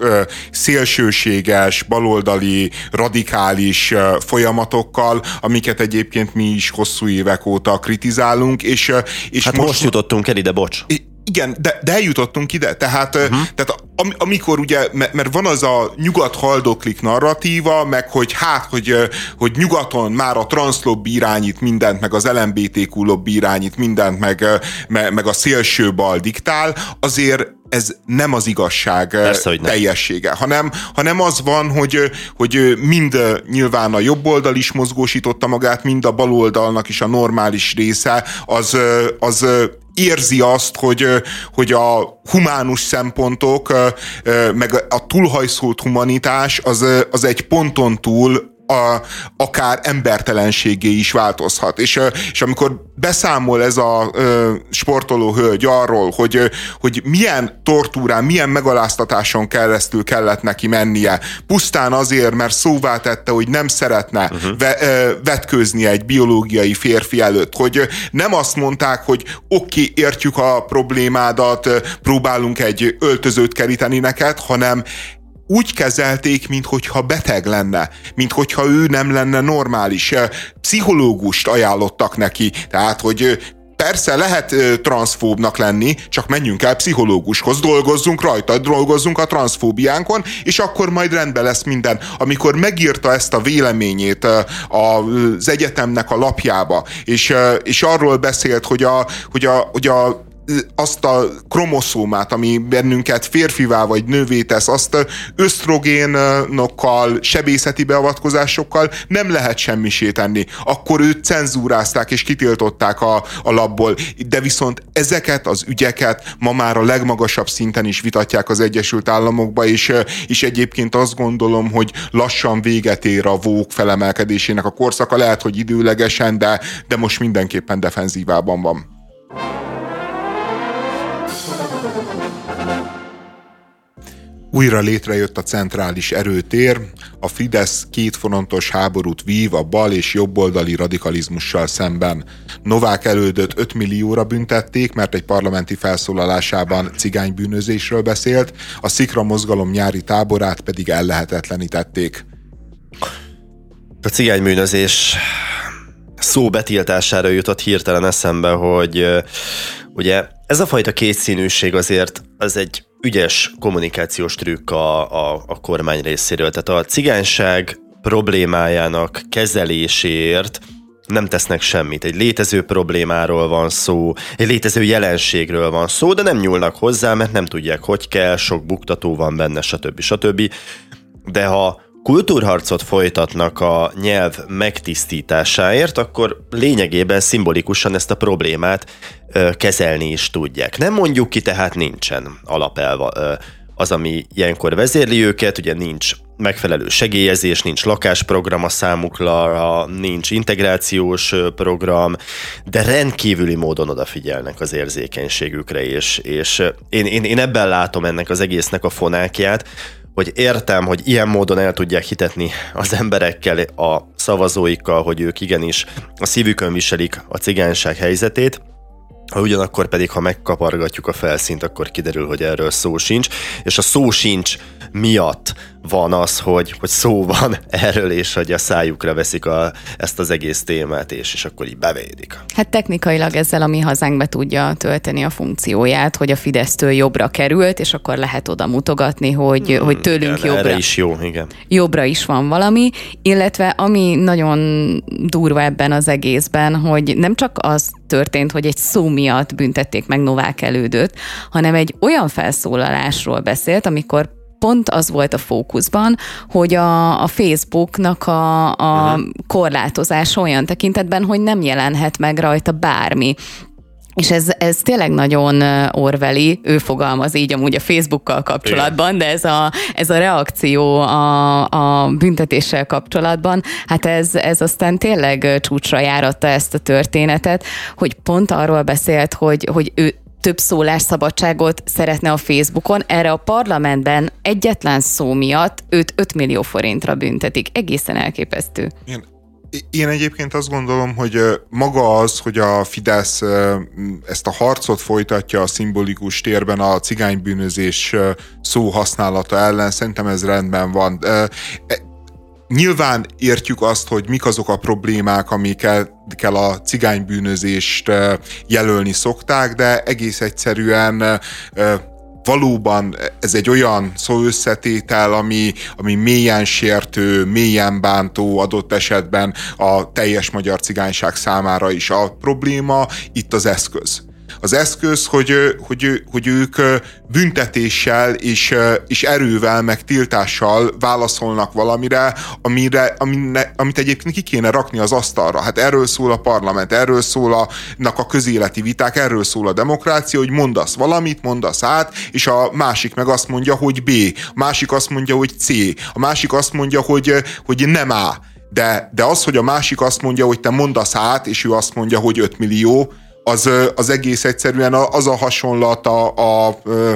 szélsőséges, baloldali, radikális folyamatokkal, amiket egyébként mi is hosszú évek óta kritizálunk, és, és hát most, most jutottunk el ide, bocs. Igen, de, de eljutottunk ide, tehát, uh-huh. tehát am, amikor ugye, mert van az a nyugat haldoklik narratíva, meg hogy hát, hogy, hogy nyugaton már a transzlobbi irányít mindent, meg az el em bé té kú lobby irányít mindent, meg, meg, meg a szélső bal diktál, azért ez nem az igazság Persze, teljessége, hanem, hanem az van, hogy, hogy mind nyilván a jobb oldal is mozgósította magát, mind a bal oldalnak is a normális része, az, az érzi azt, hogy, hogy a humánus szempontok, meg a túlhajszolt humanitás az, az egy ponton túl A, akár embertelenségé is változhat. És, és amikor beszámol ez a ö, sportoló hölgy arról, hogy, hogy milyen tortúrán, milyen megaláztatáson keresztül kellett neki mennie, pusztán azért, mert szóvá tette, hogy nem szeretne uh-huh. ve, ö, vetkőzni egy biológiai férfi előtt, hogy nem azt mondták, hogy oké, okay, értjük a problémádat, próbálunk egy öltözőt keríteni neked, hanem úgy kezelték, minthogyha beteg lenne, minthogyha ő nem lenne normális. Pszichológust ajánlottak neki, tehát, hogy persze lehet transzfóbnak lenni, csak menjünk el pszichológushoz, dolgozzunk rajta, dolgozzunk a transzfóbiánkon, és akkor majd rendben lesz minden. Amikor megírta ezt a véleményét az egyetemnek a lapjába, és, és arról beszélt, hogy a, hogy a, hogy a azt a kromoszómát, ami bennünket férfivá vagy nővé tesz, azt ösztrogénokkal, sebészeti beavatkozásokkal nem lehet semmisé tenni. Akkor őt cenzúrázták és kitiltották a, a labból. De viszont ezeket az ügyeket ma már a legmagasabb szinten is vitatják az Egyesült Államokba, és, és egyébként azt gondolom, hogy lassan véget ér a woke felemelkedésének a korszaka. Lehet, hogy időlegesen, de, de most mindenképpen defenzívában van. Újra létrejött a centrális erőtér, a Fidesz kétfrontos háborút vív a bal és jobboldali radikalizmussal szemben. Novák elődöt öt millióra büntették, mert egy parlamenti felszólalásában cigánybűnözésről beszélt, a Szikra mozgalom nyári táborát pedig ellehetetlenítették. A cigánybűnözés szó betiltására jutott hirtelen eszembe, hogy ugye ez a fajta kétszínűség azért az egy ügyes kommunikációs trükk a, a, a kormány részéről. Tehát a cigányság problémájának kezeléséért nem tesznek semmit. Egy létező problémáról van szó, egy létező jelenségről van szó, de nem nyúlnak hozzá, mert nem tudják, hogy kell, sok buktató van benne, stb. stb. De ha kultúrharcot folytatnak a nyelv megtisztításáért, akkor lényegében szimbolikusan ezt a problémát ö, kezelni is tudják. Nem mondjuk ki, tehát nincsen alapelve ö, az, ami ilyenkor vezérli őket, ugye nincs megfelelő segélyezés, nincs lakásprogram a számukra, nincs integrációs program, de rendkívüli módon odafigyelnek az érzékenységükre, és, és én, én, én ebben látom ennek az egésznek a fonákját, hogy értem, hogy ilyen módon el tudják hitetni az emberekkel, a szavazóikkal, hogy ők igenis a szívükön viselik a cigányság helyzetét, ha ugyanakkor pedig, ha megkapargatjuk a felszínt, akkor kiderül, hogy erről szó sincs, és a szó sincs miatt van az, hogy, hogy szó van erről, és hogy a szájukra veszik a, ezt az egész témát, és, és akkor így bevédik. Hát technikailag ezzel a Mi Hazánk be tudja tölteni a funkcióját, hogy a Fidesztől jobbra került, és akkor lehet oda mutogatni, hogy, hmm, hogy tőlünk igen, jobbra. Erre is jó, igen. Jobbra is van valami, illetve ami nagyon durva ebben az egészben, hogy nem csak az történt, hogy egy szó miatt büntették meg Novák Elődöt, hanem egy olyan felszólalásról beszélt, amikor pont az volt a fókuszban, hogy a, a Facebooknak a, a uh-huh. korlátozása olyan tekintetben, hogy nem jelenhet meg rajta bármi. És ez, ez tényleg nagyon orwelli, ő fogalmaz így amúgy a Facebookkal kapcsolatban, igen. de ez a, ez a reakció a, a büntetéssel kapcsolatban, hát ez, ez aztán tényleg csúcsra járatta ezt a történetet, hogy pont arról beszélt, hogy, hogy ő több szólásszabadságot szeretne a Facebookon, erre a parlamentben egyetlen szó miatt őt öt millió forintra büntetik. Egészen elképesztő. Igen. Én egyébként azt gondolom, hogy maga az, hogy a Fidesz ezt a harcot folytatja a szimbolikus térben a cigánybűnözés szó használata ellen, szerintem ez rendben van. Nyilván értjük azt, hogy mik azok a problémák, amikkel a cigánybűnözést jelölni szokták, de egész egyszerűen valóban ez egy olyan szóösszetétel, ami, ami mélyen sértő, mélyen bántó, adott esetben a teljes magyar cigányság számára is. A probléma itt az eszköz. Az eszköz, hogy, hogy, hogy ők büntetéssel és, és erővel, meg tiltással válaszolnak valamire, amire, amine, amit egyébként ki kéne rakni az asztalra. Hát erről szól a parlament, erről szólnak a közéleti viták, erről szól a demokrácia, hogy mondasz valamit, mondasz át, és a másik meg azt mondja, hogy B, a másik azt mondja, hogy C, a másik azt mondja, hogy, hogy nem A. De, de az, hogy a másik azt mondja, hogy te mondasz át, és ő azt mondja, hogy öt millió, Az, az egész egyszerűen az a hasonlat a, a,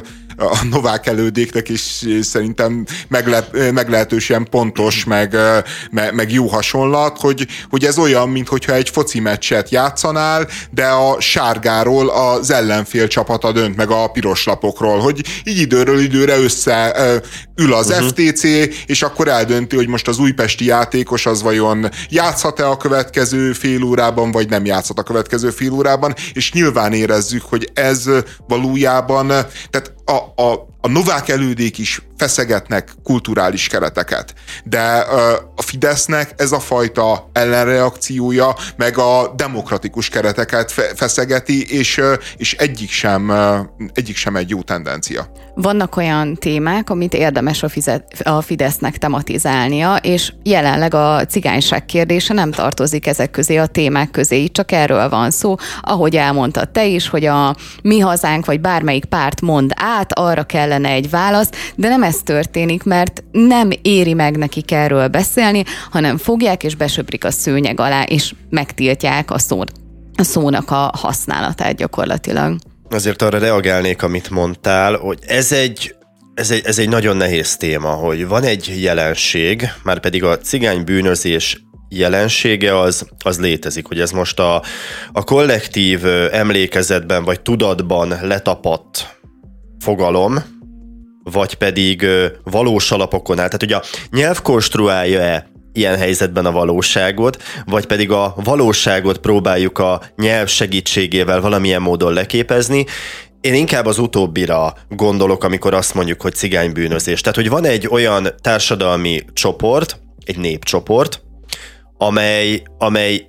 a Novák Elődéknek is szerintem meglep, meglehetősen pontos, meg, meg, meg jó hasonlat, hogy, hogy ez olyan, mintha egy foci meccset játszanál, de a sárgáról az ellenfél csapata dönt meg a piros lapokról, hogy így időről időre összeül az uh-huh. ef té cé, és akkor eldönti, hogy most az újpesti játékos az vajon játszhat-e a következő fél órában, vagy nem játszhat a következő fél órában, és nyilván érezzük, hogy ez valójában, tehát a, a, a Novák Elődék is feszegetnek kulturális kereteket, de a Fidesznek ez a fajta ellenreakciója meg a demokratikus kereteket feszegeti, és, és egyik sem, egyik sem egy jó tendencia. Vannak olyan témák, amit érdemes a, fizet, a Fidesznek tematizálnia, és jelenleg a cigányság kérdése nem tartozik ezek közé, a témák közé, itt csak erről van szó. Ahogy elmondtad te is, hogy a Mi Hazánk vagy bármelyik párt mond át, arra kellene egy válasz, de nem ez történik, mert nem éri meg nekik erről beszélni, hanem fogják és besöprik a szőnyeg alá, és megtiltják a, szó, a szónak a használatát gyakorlatilag. Azért arra reagálnék, amit mondtál, hogy ez egy, ez egy, ez egy nagyon nehéz téma, hogy van egy jelenség, már pedig a cigánybűnözés jelensége az, az létezik, hogy ez most a, a kollektív emlékezetben vagy tudatban letapadt fogalom, vagy pedig valós alapokon áll. Tehát, hogy a nyelv konstruálja-e ilyen helyzetben a valóságot, vagy pedig a valóságot próbáljuk a nyelv segítségével valamilyen módon leképezni. Én inkább az utóbbira gondolok, amikor azt mondjuk, hogy cigánybűnözés. Tehát, hogy van egy olyan társadalmi csoport, egy népcsoport, amely, amely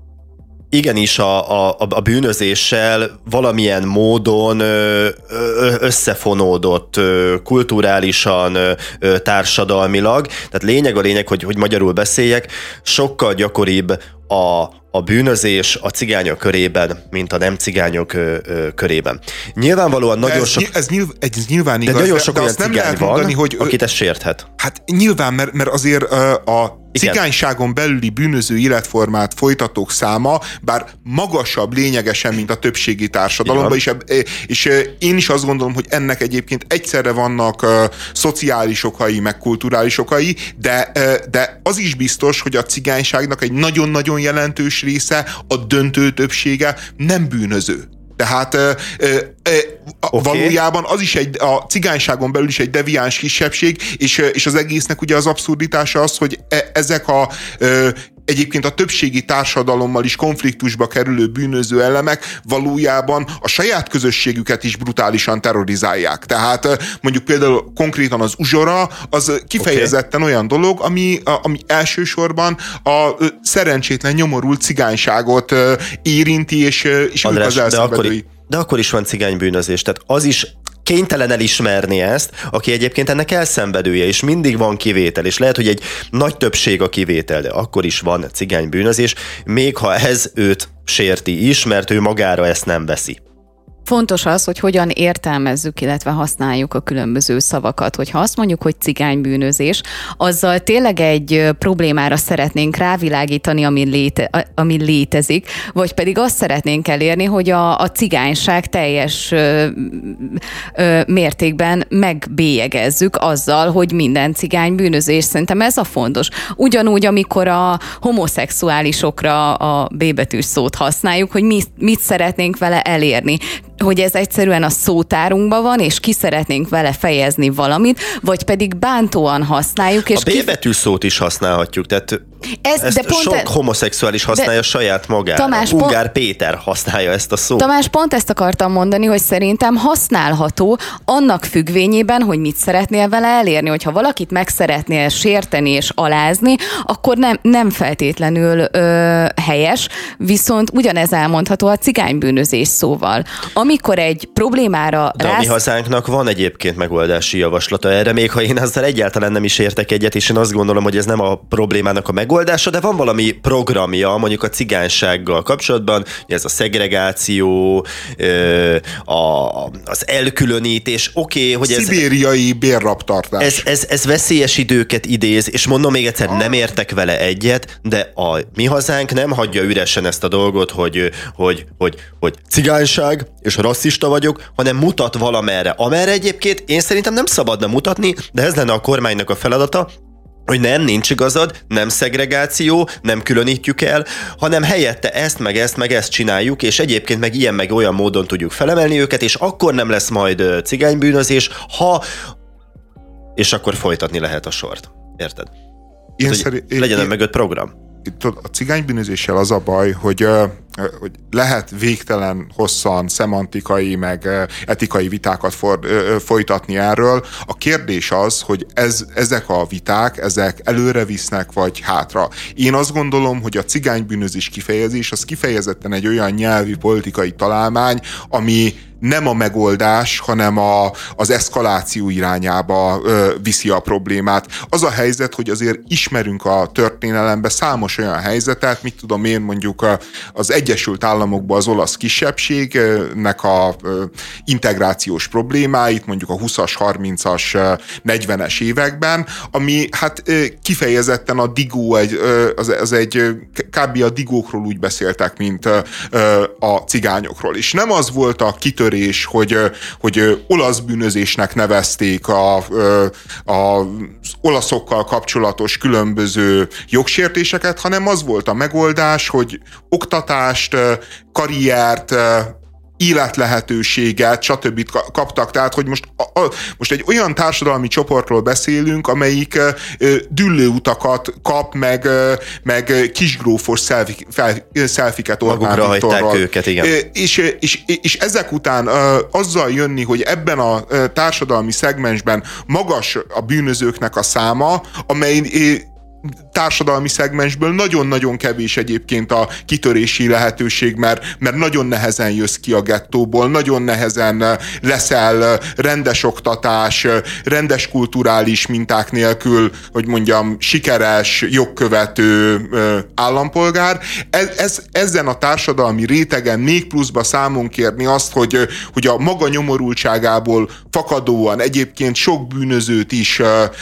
igenis a, a, a bűnözéssel valamilyen módon ö, ö, összefonódott ö, kulturálisan, ö, ö, társadalmilag. Tehát lényeg a lényeg, hogy, hogy magyarul beszéljek, sokkal gyakoribb a, a bűnözés a cigányok körében, mint a nem cigányok ö, ö, körében. Nyilvánvalóan nagyon ez, sok... Ez, nyilv, ez nyilván igaz, de nagyon sok de olyan azt nem cigány lehet van, mondani, hogy... akit ez sérthet. Hát nyilván, mert, mert azért a cigányságon belüli bűnöző életformát folytatók száma, bár magasabb lényegesen, mint a többségi társadalomban, és, és én is azt gondolom, hogy ennek egyébként egyszerre vannak uh, szociális okai, meg kulturális okai, de, uh, de az is biztos, hogy a cigányságnak egy nagyon-nagyon jelentős része, a döntő többsége nem bűnöző. Tehát ö, ö, ö, okay. valójában az is egy, a cigányságon belül is egy deviáns kisebbség, és, és az egésznek ugye az abszurditása az, hogy e, ezek a ö, egyébként a többségi társadalommal is konfliktusba kerülő bűnöző elemek valójában a saját közösségüket is brutálisan terrorizálják. Tehát mondjuk például konkrétan az uzsora, az kifejezetten okay. olyan dolog, ami, ami elsősorban a szerencsétlen, nyomorult cigányságot érinti, és, és ők az elszenvedői. De akkor is van cigánybűnözés, tehát az is kénytelen elismerni ezt, aki egyébként ennek elszenvedője, és mindig van kivétel, és lehet, hogy egy nagy többség a kivétel, de akkor is van cigánybűnözés, még ha ez őt sérti is, mert ő magára ezt nem veszi. Fontos az, hogy hogyan értelmezzük, illetve használjuk a különböző szavakat. Hogyha azt mondjuk, hogy cigánybűnözés, azzal tényleg egy problémára szeretnénk rávilágítani, ami, léte, ami létezik, vagy pedig azt szeretnénk elérni, hogy a, a cigányság teljes ö, ö, mértékben megbélyegezzük azzal, hogy minden cigánybűnözés. Szerintem ez a fontos. Ugyanúgy, amikor a homoszexuálisokra a B betűs szót használjuk, hogy mi, mit szeretnénk vele elérni. Hogy ez egyszerűen a szótárunkban van, és ki szeretnénk vele fejezni valamit, vagy pedig bántóan használjuk. És a B betű szót is használhatjuk, tehát ez, ezt de pont sok e... homoszexuális használja saját magára. Tamás, Ungár pont... Péter használja ezt a szót. Tamás, pont ezt akartam mondani, hogy szerintem használható annak függvényében, hogy mit szeretnél vele elérni. Hogyha valakit meg szeretnél sérteni és alázni, akkor nem, nem feltétlenül ö, helyes, viszont ugyanez elmondható a cigánybűnözés szóval. Amikor egy problémára De rász... a mi hazánknak van egyébként megoldási javaslata erre, még ha én ezzel egyáltalán nem is értek egyet, és én azt gondolom, hogy ez nem a problémának a megoldása, de van valami programja, mondjuk a cigánysággal kapcsolatban, ez a szegregáció, a, az elkülönítés, oké, okay, hogy ez... Szibériai bérraptartás. Ez, ez, ez veszélyes időket idéz, és mondom még egyszer, nem értek vele egyet, de a mi hazánk nem hagyja üresen ezt a dolgot, hogy, hogy, hogy, hogy cigányság, és rasszista vagyok, hanem mutat valamerre. Amerre egyébként én szerintem nem szabadna mutatni, de ez lenne a kormánynak a feladata, hogy nem, nincs igazad, nem szegregáció, nem különítjük el, hanem helyette ezt, meg ezt, meg ezt csináljuk, és egyébként meg ilyen, meg olyan módon tudjuk felemelni őket, és akkor nem lesz majd cigánybűnözés, ha... és akkor folytatni lehet a sort. Érted? Én hát, szerint, legyen én... mögött program. A cigánybűnözéssel az a baj, hogy, hogy lehet végtelen hosszan szemantikai, meg etikai vitákat for, folytatni erről. A kérdés az, hogy ez, ezek a viták, ezek előre visznek, vagy hátra. Én azt gondolom, hogy a cigánybűnözés kifejezés az kifejezetten egy olyan nyelvi politikai találmány, ami nem a megoldás, hanem a, az eszkaláció irányába ö, viszi a problémát. Az a helyzet, hogy azért ismerünk a történelemben számos olyan helyzetet, mit tudom én, mondjuk a, az Egyesült Államokban az olasz kisebbségnek a ö, integrációs problémáit, mondjuk a húszas, harmincas, negyvenes években, ami hát ö, kifejezetten a digó, egy, ö, az, az egy kb. A digókról úgy beszéltek, mint ö, ö, a cigányokról. És nem az volt a kitörés, hogy, hogy olasz bűnözésnek nevezték a, a, az olaszokkal kapcsolatos különböző jogsértéseket, hanem az volt a megoldás, hogy oktatást, karriert, életlehetőséget, stb. Kaptak. Tehát, hogy most, a, a, most egy olyan társadalmi csoportról beszélünk, amelyik ö, düllőutakat kap, meg, meg kisgrófos szelfi, fel, szelfiket Orbán Viktorral. őket, igen. És, és, és ezek után ö, azzal jönni, hogy ebben a ö, társadalmi szegmensben magas a bűnözőknek a száma, amely ö, társadalmi szegmensből nagyon-nagyon kevés egyébként a kitörési lehetőség, mert, mert nagyon nehezen jössz ki a gettóból, nagyon nehezen leszel rendes oktatás, rendes kulturális minták nélkül, hogy mondjam, sikeres, jogkövető állampolgár. Ez, ez, ezen a társadalmi rétegen még pluszba számon kérni azt, hogy, hogy a maga nyomorultságából fakadóan egyébként sok bűnözőt is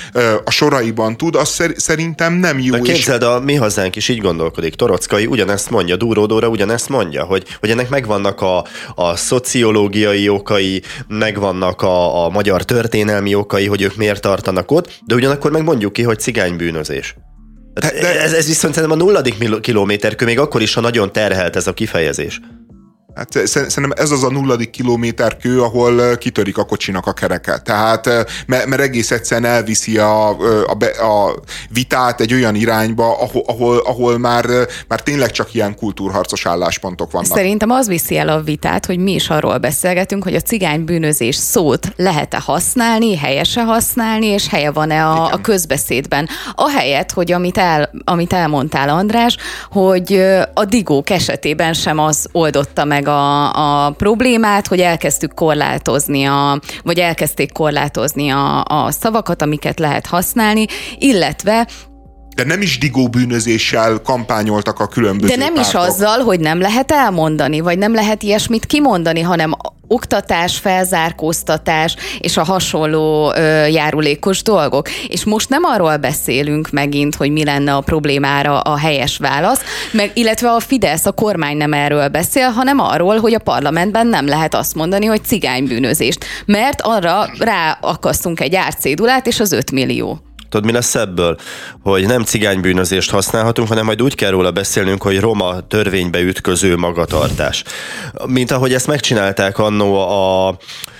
a soraiban tud, az szerintem nem jó. De képzeld, a Mi Hazánk is így gondolkodik. Torockai ugyanezt mondja, Dúró Dóra ugyanezt mondja, hogy, hogy ennek megvannak a, a szociológiai okai, megvannak a, a magyar történelmi okai, hogy ők miért tartanak ott, de ugyanakkor meg mondjuk ki, hogy cigánybűnözés. De, de ez, ez viszont szerintem a nulladik kilométerkő, még akkor is, ha nagyon terhelt ez a kifejezés. Hát szerintem ez az a nulladik kilométer kő, ahol kitörik a kocsinak a kereke. Tehát, mert, mert egész egyszerűen elviszi a, a, a vitát egy olyan irányba, ahol, ahol, ahol már, már tényleg csak ilyen kultúrharcos álláspontok vannak. Szerintem az viszi el a vitát, hogy mi is arról beszélgetünk, hogy a cigánybűnözés szót lehet-e használni, helyese használni, és helye van-e a, a közbeszédben. Ahelyett, hogy amit, el, amit elmondtál, András, hogy a digók esetében sem az oldotta meg A, a problémát, hogy elkezdtük korlátozni, a, vagy elkezdték korlátozni a, a szavakat, amiket lehet használni, illetve de nem is digó bűnözéssel kampányoltak a különböző De nem pártok. is azzal, hogy nem lehet elmondani, vagy nem lehet ilyesmit kimondani, hanem oktatás, felzárkóztatás és a hasonló ö, járulékos dolgok. És most nem arról beszélünk megint, hogy mi lenne a problémára a helyes válasz, meg, illetve a Fidesz, a kormány nem erről beszél, hanem arról, hogy a parlamentben nem lehet azt mondani, hogy cigánybűnözést, mert arra ráakasztunk egy árcédulát, és az öt millió. Tudod, mi lesz ebből? Hogy nem cigánybűnözést használhatunk, hanem majd úgy kell róla beszélnünk, hogy roma törvénybe ütköző magatartás. Mint ahogy ezt megcsinálták annó a...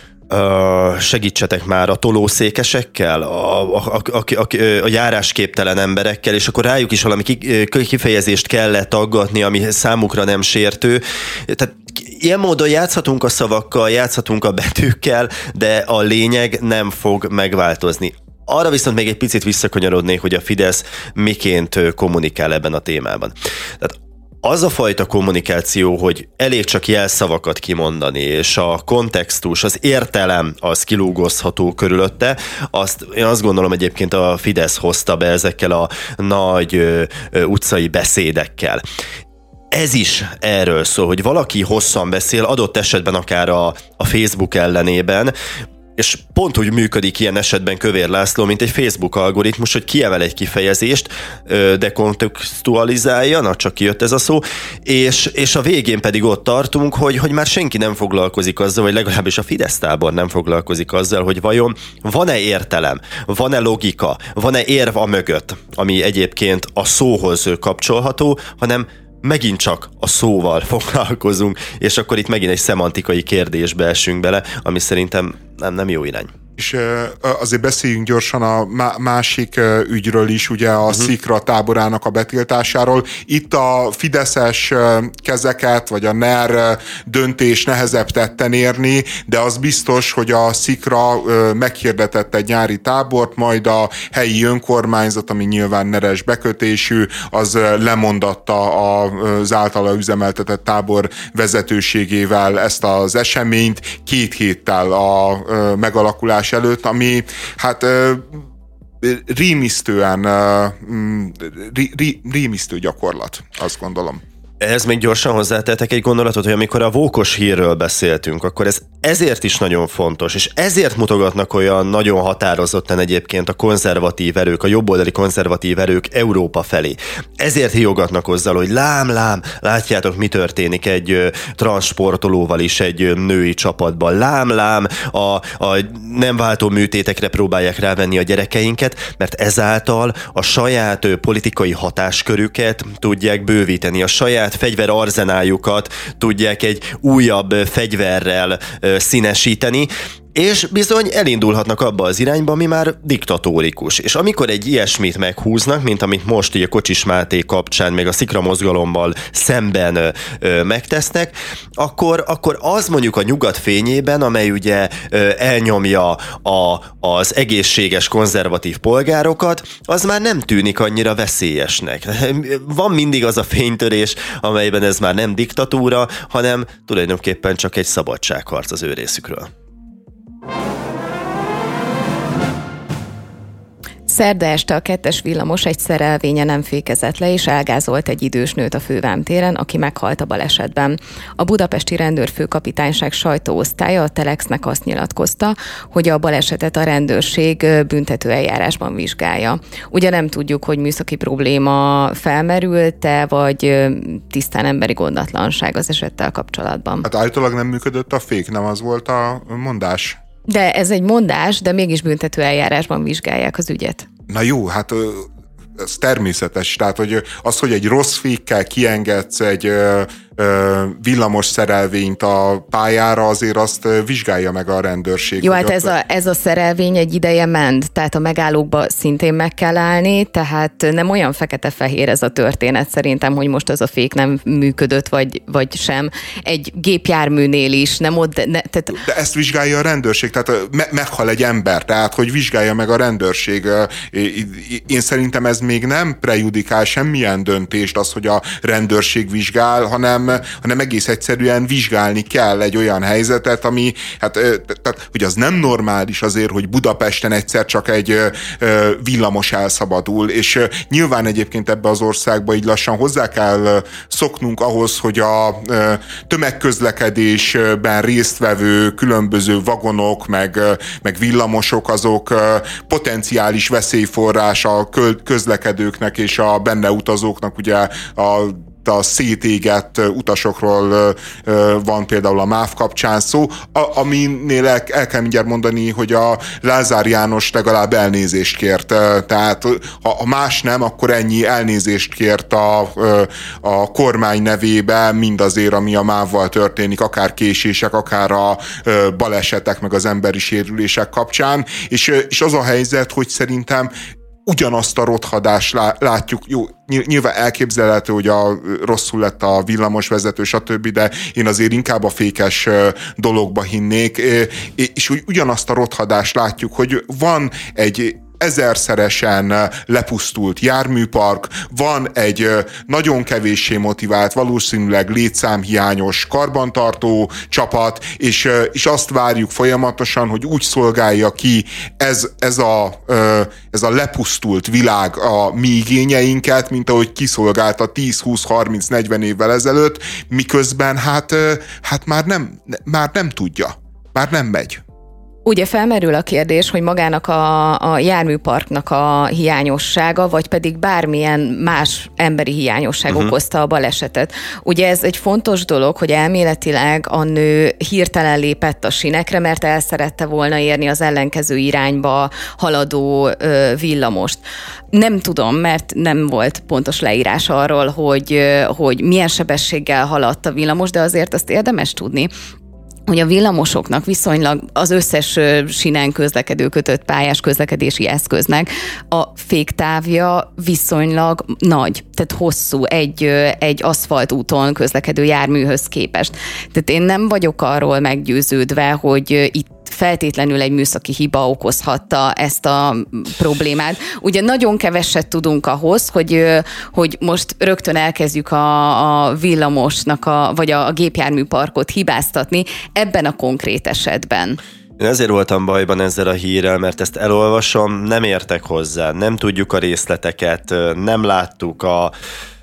Uh, segítsetek már a tolószékesekkel, a, a, a, a, a járásképtelen emberekkel, és akkor rájuk is valami kifejezést kellett aggatni, ami számukra nem sértő. Tehát ilyen módon játszhatunk a szavakkal, játszhatunk a betűkkel, de a lényeg nem fog megváltozni. Arra viszont még egy picit visszakanyarodnék, hogy a Fidesz miként kommunikál ebben a témában. Tehát az a fajta kommunikáció, hogy elég csak jelszavakat kimondani, és a kontextus, az értelem az kilúgozható körülötte, azt én azt gondolom egyébként a Fidesz hozta be ezekkel a nagy ö, ö, utcai beszédekkel. Ez is erről szól, hogy valaki hosszan beszél, adott esetben akár a, a Facebook ellenében, és pont úgy működik ilyen esetben Kövér László, mint egy Facebook algoritmus, hogy kievel egy kifejezést, dekontextualizálja, na csak kijött ez a szó, és, és a végén pedig ott tartunk, hogy, hogy már senki nem foglalkozik azzal, vagy legalábbis a Fidesz tábor nem foglalkozik azzal, hogy vajon van-e értelem, van-e logika, van-e érv a mögött, ami egyébként a szóhoz kapcsolható, hanem megint csak a szóval foglalkozunk, és akkor itt megint egy szemantikai kérdésbe esünk bele, ami szerintem nem, nem jó irány. És azért beszéljünk gyorsan a másik ügyről is, ugye a uh-huh. Szikra táborának a betiltásáról. Itt a fideszes kezeket, vagy a NER döntés nehezebb tetten érni, de az biztos, hogy a Szikra meghirdetett egy nyári tábort, majd a helyi önkormányzat, ami nyilván neres bekötésű, az lemondatta az általa üzemeltetett tábor vezetőségével ezt az eseményt két héttel a megalakulás előtt, ami hát rémisztően rí, rí, rémisztő gyakorlat, azt gondolom. Ehhez még gyorsan hozzátettek egy gondolatot, hogy amikor a vókos hírről beszéltünk, akkor ez ezért is nagyon fontos, és ezért mutogatnak olyan nagyon határozottan egyébként a konzervatív erők, a jobboldali konzervatív erők Európa felé. Ezért hiogatnak azzal, hogy lám, lám, látjátok, mi történik egy transportolóval is egy női csapatban. Lám, lám, a, a nem váltó műtétekre próbálják rávenni a gyerekeinket, mert ezáltal a saját politikai hatáskörüket tudják bővíteni, a saját fegyverarzenáljukat tudják egy újabb fegyverrel színesíteni, és bizony elindulhatnak abba az irányba, ami már diktatórikus. És amikor egy ilyesmit meghúznak, mint amit most ugye Kocsis Máté kapcsán, még a Szikra mozgalommal szemben ö, megtesznek, akkor, akkor az mondjuk a nyugat fényében, amely ugye ö, elnyomja a, az egészséges konzervatív polgárokat, az már nem tűnik annyira veszélyesnek. Van mindig az a fénytörés, amelyben ez már nem diktatúra, hanem tulajdonképpen csak egy szabadságharc az ő részükről. Szerda este a kettes villamos egy szerelvénye nem fékezett le, és elgázolt egy idős nőt a Fővám téren, aki meghalt a balesetben. A budapesti rendőrfőkapitányság sajtóosztálya a Telexnek azt nyilatkozta, hogy a balesetet a rendőrség büntetőeljárásban vizsgálja. Ugye nem tudjuk, hogy műszaki probléma felmerült-e, vagy tisztán emberi gondatlanság az esettel kapcsolatban. Hát állítólag nem működött a fék, nem az volt a mondás? De ez egy mondás, de mégis büntető eljárásban vizsgálják az ügyet. Na jó, hát ez természetes. Tehát, hogy az, hogy egy rossz fékkel kiengedsz egy villamos szerelvényt a pályára, azért azt vizsgálja meg a rendőrség. Jó, hát ez a, ez a szerelvény egy ideje ment, tehát a megállókba szintén meg kell állni, tehát nem olyan fekete-fehér ez a történet szerintem, hogy most az a fék nem működött, vagy, vagy sem. Egy gépjárműnél is, nem ott... Ne, tehát... De ezt vizsgálja a rendőrség, tehát me- meghal egy ember, tehát hogy vizsgálja meg a rendőrség. Én szerintem ez még nem prejudikál semmilyen döntést az, hogy a rendőrség vizsgál, hanem hanem egész egyszerűen vizsgálni kell egy olyan helyzetet, ami, hát, tehát, hogy az nem normális azért, hogy Budapesten egyszer csak egy villamos elszabadul, és nyilván egyébként ebbe az országba így lassan hozzá kell szoknunk ahhoz, hogy a tömegközlekedésben résztvevő különböző vagonok, meg, meg villamosok, azok potenciális veszélyforrás a közlekedőknek és a benne utazóknak, ugye a a szétégett utasokról van például a MÁV kapcsán szó, aminél el, el kell mindjárt mondani, hogy a Lázár János legalább elnézést kért. Tehát ha más nem, akkor ennyi elnézést kért a, a kormány nevében mindazért, ami a MÁV-val történik, akár késések, akár a balesetek, meg az emberi sérülések kapcsán. És, és az a helyzet, hogy szerintem ugyanazt a rothadást látjuk, jó, nyilván elképzelhető, hogy a, rosszul lett a villamosvezető, stb., de én azért inkább a fékes dologba hinnék, és ugyanazt a rothadást látjuk, hogy van egy ezerszeresen lepusztult járműpark, van egy nagyon kevéssé motivált, valószínűleg létszámhiányos karbantartó csapat, és, és azt várjuk folyamatosan, hogy úgy szolgálja ki ez, ez, a, ez a lepusztult világ a mi igényeinket, mint ahogy kiszolgálta tíz, húsz, harminc, negyven évvel ezelőtt, miközben hát, hát már, nem, már nem tudja, már nem megy. Ugye felmerül a kérdés, hogy magának a, a járműparknak a hiányossága, vagy pedig bármilyen más emberi hiányosság uh-huh. okozta a balesetet. Ugye ez egy fontos dolog, hogy elméletileg a nő hirtelen lépett a sinekre, mert el szerette volna érni az ellenkező irányba haladó ö, villamost. Nem tudom, mert nem volt pontos leírás arról, hogy, hogy milyen sebességgel haladt a villamos, de azért azt érdemes tudni, hogy a villamosoknak viszonylag az összes sinen közlekedő kötött pályás közlekedési eszköznek a féktávja viszonylag nagy, tehát hosszú egy, egy aszfaltúton közlekedő járműhöz képest. Tehát én nem vagyok arról meggyőződve, hogy itt feltétlenül egy műszaki hiba okozhatta ezt a problémát. Ugye nagyon keveset tudunk ahhoz, hogy, hogy most rögtön elkezdjük a, a villamosnak, a, vagy a, a gépjárműparkot hibáztatni ebben a konkrét esetben. Én ezért voltam bajban ezzel a hírrel, mert ezt elolvasom, nem értek hozzá, nem tudjuk a részleteket, nem láttuk a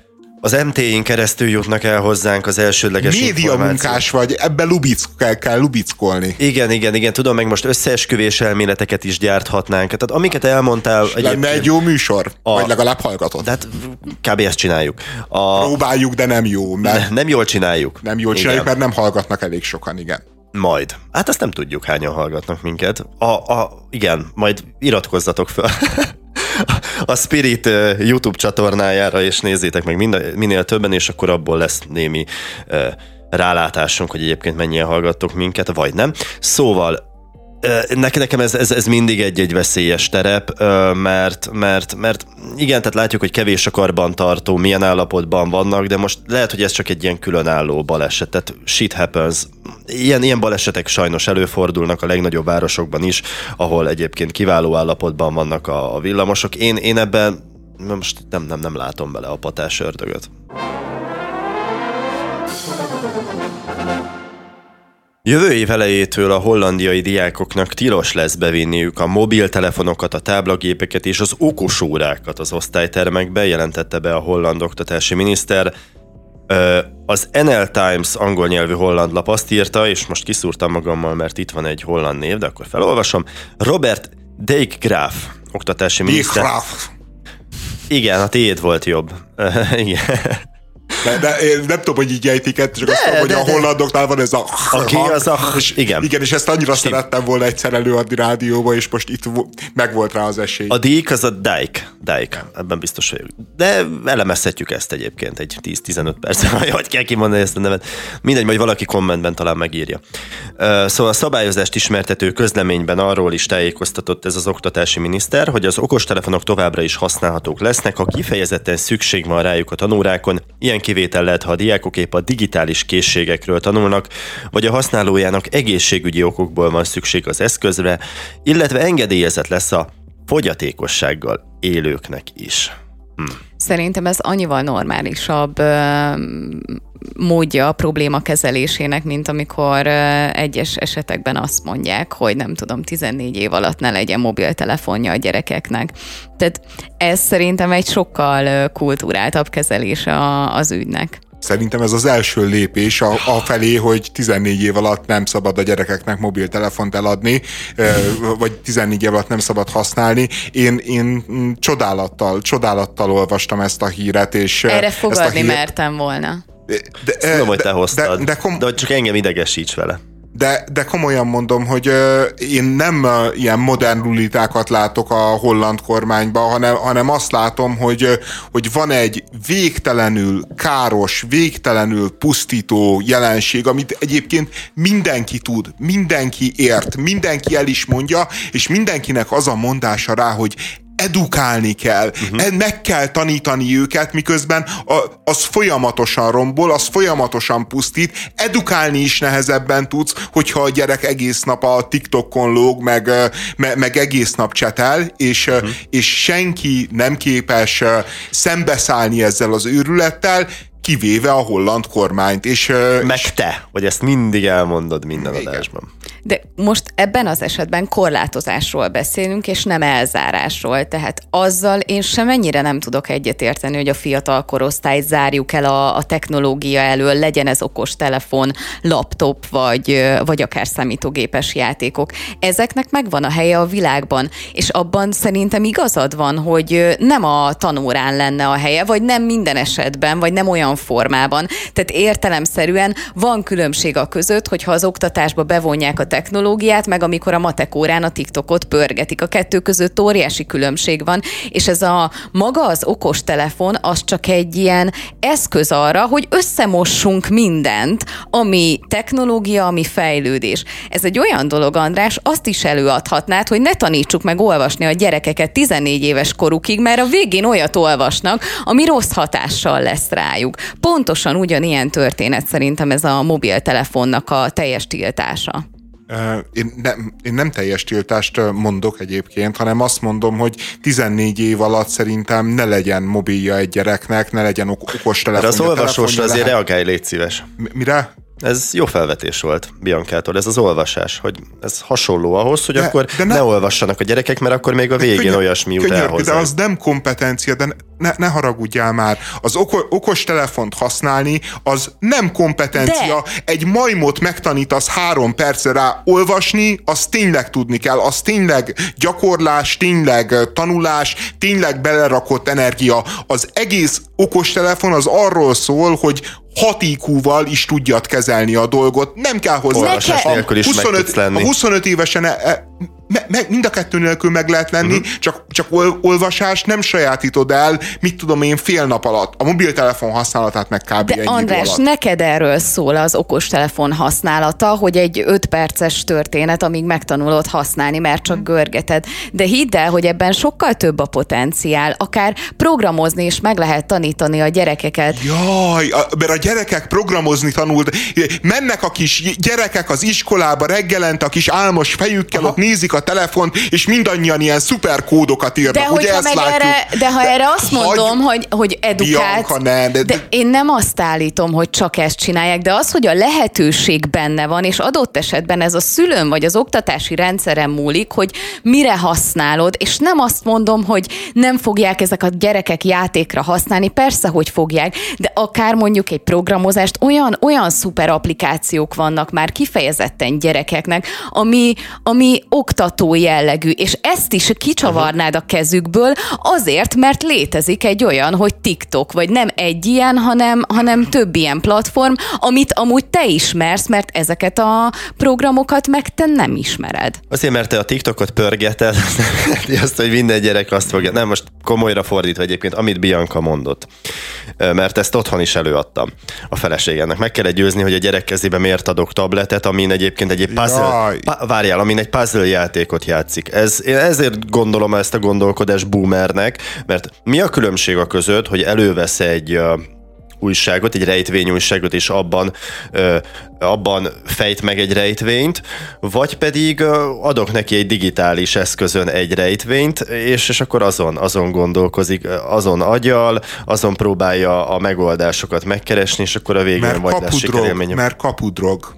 az em té én keresztül jutnak el hozzánk az elsődleges média információk. munkás vagy, ebben lubic, kell, kell lubickolni. Igen, igen, igen, tudom, meg most összeesküvés elméleteket is gyárthatnánk. Tehát amiket elmondtál... Lenne egy jó műsor, a... vagy legalább hallgatod. De hát kb. Ezt csináljuk. A... Próbáljuk, de nem jó. Mert... Ne, nem jól csináljuk. Nem jól csináljuk, igen. Mert nem hallgatnak elég sokan, igen. Majd. Hát azt nem tudjuk, hányan hallgatnak minket. A, a, igen, majd iratkozzatok fel a Spirit YouTube csatornájára, és nézzétek meg minden, minél többen, és akkor abból lesz némi uh, rálátásunk, hogy egyébként mennyien hallgattok minket, vagy nem. Szóval Nekem ez, ez, ez mindig egy-egy veszélyes terep, mert, mert, mert igen, tehát látjuk, hogy kevés a karbantartó, milyen állapotban vannak, de most lehet, hogy ez csak egy ilyen különálló baleset, tehát shit happens. Ilyen, ilyen balesetek sajnos előfordulnak a legnagyobb városokban is, ahol egyébként kiváló állapotban vannak a, a villamosok. Én, én ebben most nem, nem, nem látom bele a patás ördögöt. Jövő év elejétől a hollandiai diákoknak tilos lesz bevinniük a mobiltelefonokat, a táblagépeket és az okosórákat az osztálytermekbe, jelentette be a holland oktatási miniszter. Az en el Times angol nyelvű holland lap azt írta, és most kiszúrtam magammal, mert itt van egy holland név, de akkor felolvasom. Robert Dijkgraaf, oktatási miniszter. Dijkgraaf. Igen, a tiéd volt jobb. Igen. De, de én nem tudom, hogy így ejtik, csak de, azt tudom, hogy de, a hollandoknál van ez a... Aki az a... És igen. Igen, és ezt annyira Stim. szerettem volna egyszer előadni rádióba, és most itt megvolt rá az esély. A dík az a dike. Dike. Ebben biztos vagyok. De elemezhetjük ezt egyébként egy tíz-tizenöt percen, hogy kell kimondani ezt a nevet. Mindegy, majd valaki kommentben talán megírja. Szóval a szabályozást ismertető közleményben arról is tájékoztatott ez az oktatási miniszter, hogy az okostelefonok továbbra is használhatók lesznek, ha kifejezetten szükség van rájuk a tanórákon. Ilyen kivétel lehet, ha a diákok épp a digitális készségekről tanulnak, vagy a használójának egészségügyi okokból van szükség az eszközre, illetve engedélyezett lesz a fogyatékossággal élőknek is. Hm. Szerintem ez annyival normálisabb ö, módja a probléma kezelésének, mint amikor ö, egyes esetekben azt mondják, hogy nem tudom, tizennégy év alatt ne legyen mobiltelefonja a gyerekeknek. Tehát ez szerintem egy sokkal kulturáltabb kezelése az ügynek. Szerintem ez az első lépés a, a felé, hogy tizennégy év alatt nem szabad a gyerekeknek mobiltelefont eladni, vagy tizennégy év alatt nem szabad használni. Én, én csodálattal, csodálattal olvastam ezt a híret, és... Erre fogadni hír... mertem volna. De, de, Tudom, hogy te hoztad, de, de, kom... de hogy csak engem idegesíts vele. De, de komolyan mondom, hogy uh, én nem uh, ilyen modern lulitákat látok a holland kormányban, hanem, hanem azt látom, hogy, uh, hogy van egy végtelenül káros, végtelenül pusztító jelenség, amit egyébként mindenki tud, mindenki ért, mindenki el is mondja, és mindenkinek az a mondása rá, hogy edukálni kell, uh-huh. meg kell tanítani őket, miközben a, az folyamatosan rombol, az folyamatosan pusztít, edukálni is nehezebben tudsz, hogyha a gyerek egész nap a TikTokon lóg, meg, meg, meg egész nap csetel, és, uh-huh. és senki nem képes szembeszállni ezzel az őrülettel, kivéve a holland kormányt. És, meg te, hogy ezt mindig elmondod minden igen. adásban. De most ebben az esetben korlátozásról beszélünk, és nem elzárásról. Tehát azzal én semennyire nem tudok egyetérteni, hogy a fiatal korosztályt zárjuk el a, a technológia elől, legyen ez okos telefon, laptop, vagy, vagy akár számítógépes játékok. Ezeknek megvan a helye a világban, és abban szerintem igazad van, hogy nem a tanórán lenne a helye, vagy nem minden esetben, vagy nem olyan formában. Tehát értelemszerűen van különbség a között, hogyha az oktatásba bevonják a technológiát, meg amikor a matek órán a TikTokot pörgetik. A kettő között óriási különbség van, és ez a maga az okostelefon, az csak egy ilyen eszköz arra, hogy összemossunk mindent, ami technológia, ami fejlődés. Ez egy olyan dolog, András, azt is előadhatnád, hogy ne tanítsuk meg olvasni a gyerekeket tizennégy éves korukig, mert a végén olyat olvasnak, ami rossz hatással lesz rájuk. Pontosan ugyanilyen történet szerintem ez a mobiltelefonnak a teljes tiltása. Én nem, én nem teljes tiltást mondok egyébként, hanem azt mondom, hogy tizennégy év alatt szerintem ne legyen mobilja egy gyereknek, ne legyen okos telefonja. De az olvasósra azért reagálj, légy szíves. Mire? Ez jó felvetés volt Biancától, ez az olvasás, hogy ez hasonló ahhoz, hogy de, akkor de ne, ne olvassanak a gyerekek, mert akkor még a végén könyör, olyasmi jut el hozzá. De az nem kompetencia, de ne, ne haragudjál már. Az oko, okos telefont használni, az nem kompetencia. De. Egy majmot megtanítasz három percre rá olvasni, az tényleg tudni kell, az tényleg gyakorlás, tényleg tanulás, tényleg belerakott energia. Az egész okostelefon az arról szól, hogy hat í kú-val is tudjad kezelni a dolgot. Nem kell hozzá. Olvasás nélkül is meg tudsz lenni. A huszonöt évesen e, e, me, me, mind a kettő nélkül meg lehet lenni, uh-huh. csak, csak ol, olvasás nem sajátítod el, mit tudom én, fél nap alatt. A mobiltelefon használatát meg kb. De ennyi András, alatt. neked erről szól az okostelefon használata, hogy egy öt perces történet, amíg megtanulod használni, mert csak görgeted. De hidd el, hogy ebben sokkal több a potenciál. Akár programozni is meg lehet tanítani a gyerekeket. Jaj, a, mert a gyerekek programozni tanult, mennek a kis gyerekek az iskolába reggelente, a kis álmos fejükkel, aha. ott nézik a telefont, és mindannyian ilyen szuper kódokat írnak. De, ugye ezt erre, de ha erre azt mondom, hagy, hogy, hogy edukált, Bianca, ne, de, de én nem azt állítom, hogy csak ezt csinálják, de az, hogy a lehetőség benne van, és adott esetben ez a szülőn vagy az oktatási rendszeren múlik, hogy mire használod, és nem azt mondom, hogy nem fogják ezek a gyerekek játékra használni, persze, hogy fogják, de akár mondjuk egy programozást, olyan, olyan szuper applikációk vannak már kifejezetten gyerekeknek, ami, ami oktató jellegű, és ezt is kicsavarnád a kezükből azért, mert létezik egy olyan, hogy TikTok, vagy nem egy ilyen, hanem, hanem több ilyen platform, amit amúgy te ismersz, mert ezeket a programokat meg te nem ismered. Azért, mert te a TikTokot pörgeted, azt, hogy minden gyerek azt fogja. Nem, most komolyra fordítva egyébként, amit Bianca mondott. Mert ezt otthon is előadtam a feleségemnek. Meg kell győzni, hogy a gyerek kezébe miért adok tabletet, amin egyébként egy puzzle, pa, várjál, amin egy puzzle játékot játszik. Ez, én ezért gondolom ezt a gondolkodás boomernek, mert mi a különbség a között, hogy elővesz egy uh, újságot, egy rejtvényújságot, és abban, ö, abban fejt meg egy rejtvényt, vagy pedig ö, adok neki egy digitális eszközön egy rejtvényt, és, és akkor azon, azon gondolkozik, azon agyal, azon próbálja a megoldásokat megkeresni, és akkor a végén mert vagy lesz sikerélményem. Mert kapudrog.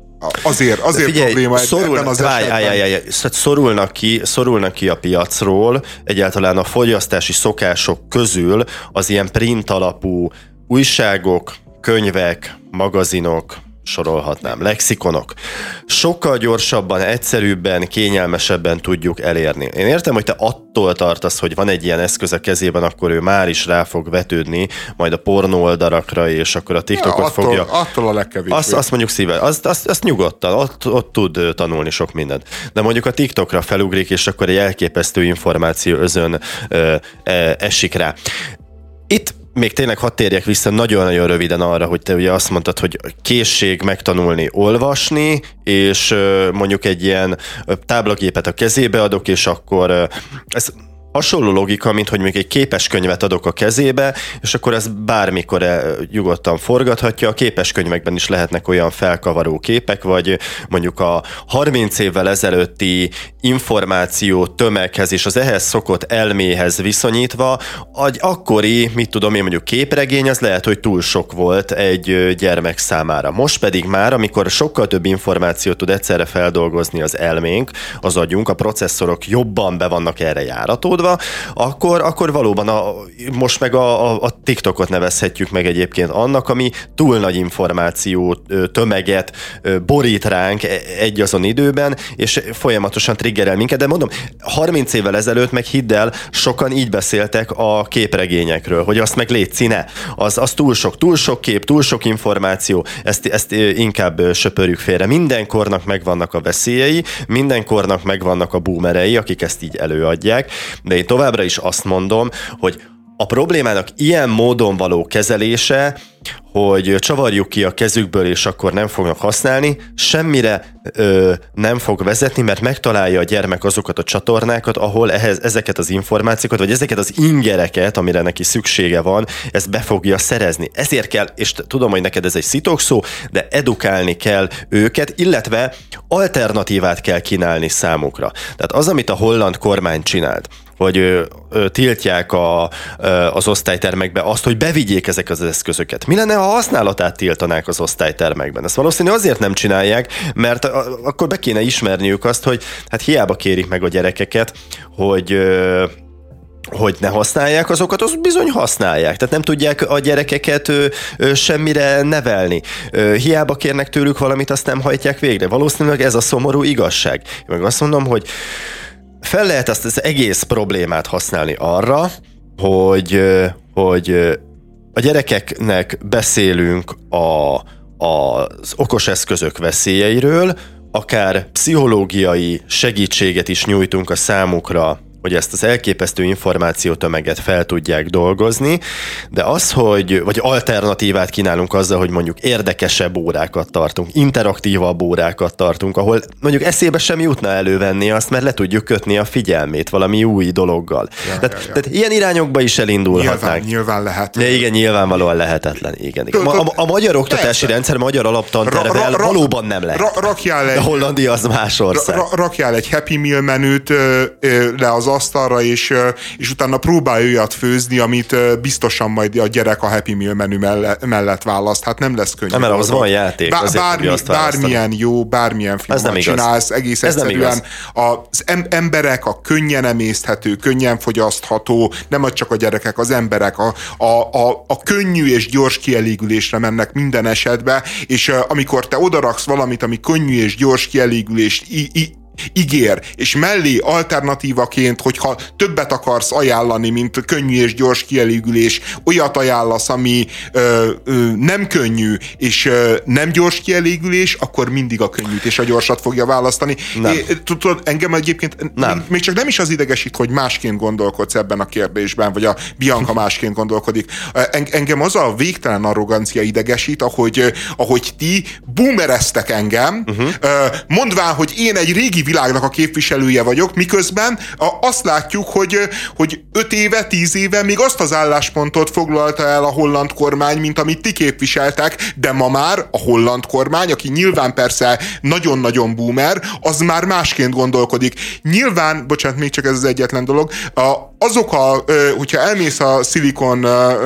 Azért, azért figyelj, probléma szorul, ebben az állj, esetben. állj, állj, állj. Szorulnak, ki, szorulnak ki a piacról, egyáltalán a fogyasztási szokások közül az ilyen print alapú újságok, könyvek, magazinok, sorolhatnám, lexikonok. Sokkal gyorsabban, egyszerűbben, kényelmesebben tudjuk elérni. Én értem, hogy te attól tartasz, hogy van egy ilyen eszköz a kezében, akkor ő már is rá fog vetődni, majd a pornó oldalakra, és akkor a TikTokot ja, attól, fogja... Attól a legkevésbé. Azt, azt mondjuk szíve, azt, azt, azt nyugodtan, ott, ott tud tanulni sok mindent. De mondjuk a TikTokra felugrik, és akkor egy elképesztő információ özön ö, ö, esik rá. Itt még tényleg hadd térjek vissza nagyon-nagyon röviden arra, hogy te ugye azt mondtad, hogy készség megtanulni olvasni, és mondjuk egy ilyen táblagépet a kezébe adok, és akkor ez hasonló logika, mint hogy még egy képeskönyvet adok a kezébe, és akkor ez bármikor nyugodtan forgathatja. A képeskönyvekben is lehetnek olyan felkavaró képek, vagy mondjuk a harminc évvel ezelőtti információ tömeghez és az ehhez szokott elméhez viszonyítva, egy akkori, mit tudom én, mondjuk képregény, az lehet, hogy túl sok volt egy gyermek számára. Most pedig már, amikor sokkal több információt tud egyszerre feldolgozni az elménk, az agyunk, a processzorok jobban be vannak erre járatódva, Akkor, akkor valóban a, most meg a, a, a TikTokot nevezhetjük meg egyébként annak, ami túl nagy információ tömeget borít ránk egy azon időben, és folyamatosan triggerel minket, de mondom, harminc évvel ezelőtt meg hidd el, sokan így beszéltek a képregényekről, hogy azt meg légy színe, az, az túl sok, túl sok kép, túl sok információ, ezt, ezt inkább söpörjük félre. Mindenkornak megvannak a veszélyei, mindenkornak megvannak a boomerei, akik ezt így előadják, de én továbbra is azt mondom, hogy a problémának ilyen módon való kezelése, hogy csavarjuk ki a kezükből, és akkor nem fognak használni, semmire ö, nem fog vezetni, mert megtalálja a gyermek azokat a csatornákat, ahol ehhez, ezeket az információkat, vagy ezeket az ingereket, amire neki szüksége van, ezt be fogja szerezni. Ezért kell, és tudom, hogy neked ez egy szitokszó, de edukálni kell őket, illetve alternatívát kell kínálni számukra. Tehát az, amit a holland kormány csinált, hogy ö, ö, tiltják a, ö, az osztálytermekbe azt, hogy bevigyék ezek az eszközöket. Mi lenne, ha használatát tiltanák az osztálytermekben? Ezt valószínű azért nem csinálják, mert akkor be kéne ismerniük azt, hogy hát hiába kérik meg a gyerekeket, hogy... hogy ne használják azokat, az bizony használják. Tehát nem tudják a gyerekeket ö, ö, semmire nevelni. Ö, hiába kérnek tőlük valamit, azt nem hajtják végre. Valószínűleg ez a szomorú igazság. Én meg azt mondom, hogy fel lehet azt az egész problémát használni arra, hogy, ö, hogy ö, a gyerekeknek beszélünk a, az okos eszközök veszélyeiről, akár pszichológiai segítséget is nyújtunk a számukra, hogy ezt az elképesztő információtömeget fel tudják dolgozni, de az, hogy, vagy alternatívát kínálunk azzal, hogy mondjuk érdekesebb órákat tartunk, interaktívabb órákat tartunk, ahol mondjuk eszébe sem jutna elővenni azt, mert le tudjuk kötni a figyelmét valami új dologgal. Ja, tehát, ja, ja. tehát ilyen irányokba is elindulhatnánk. Nyilván, nyilván lehet. De igen, nyilvánvalóan lehetetlen. Igen, igen. A, a, a magyar oktatási Persze. rendszer, magyar alaptantervel ra, ra, valóban nem lehet. Ra, rakjál egy, de Hollandia az más ország. Ra, rakjál egy Happy Meal menüt le az asztalra, és, és utána próbálj olyat főzni, amit biztosan majd a gyerek a Happy Meal menü mellett, mellett választ. Hát nem lesz könnyű. Nem, mert az van játék. Bár, bármi, bármilyen jó, bármilyen filmet csinálsz, egész Ez egyszerűen az emberek a könnyen emészthető, könnyen fogyasztható, nem csak a gyerekek, az emberek a, a, a, a könnyű és gyors kielégülésre mennek minden esetben, és amikor te odaraksz valamit, ami könnyű és gyors kielégülést i, i, ígér, és mellé alternatívaként, hogyha többet akarsz ajánlani, mint könnyű és gyors kielégülés, olyat ajánlasz, ami ö, ö, nem könnyű és ö, nem gyors kielégülés, akkor mindig a könnyűt és a gyorsat fogja választani. Tudod, engem egyébként nem. még csak nem is az idegesít, hogy másként gondolkodsz ebben a kérdésben, vagy a Bianca másként gondolkodik. Engem az a végtelen arrogancia idegesít, ahogy, ahogy ti boomereztek engem, uh-huh. mondván, hogy én egy régi világnak a képviselője vagyok, miközben azt látjuk, hogy, hogy öt éve, tíz éve még azt az álláspontot foglalta el a holland kormány, mint amit ti képviseltek, de ma már a holland kormány, aki nyilván persze nagyon-nagyon boomer, az már másként gondolkodik. Nyilván, bocsánat, még csak ez az egyetlen dolog, azok a, hogyha elmész a Silicon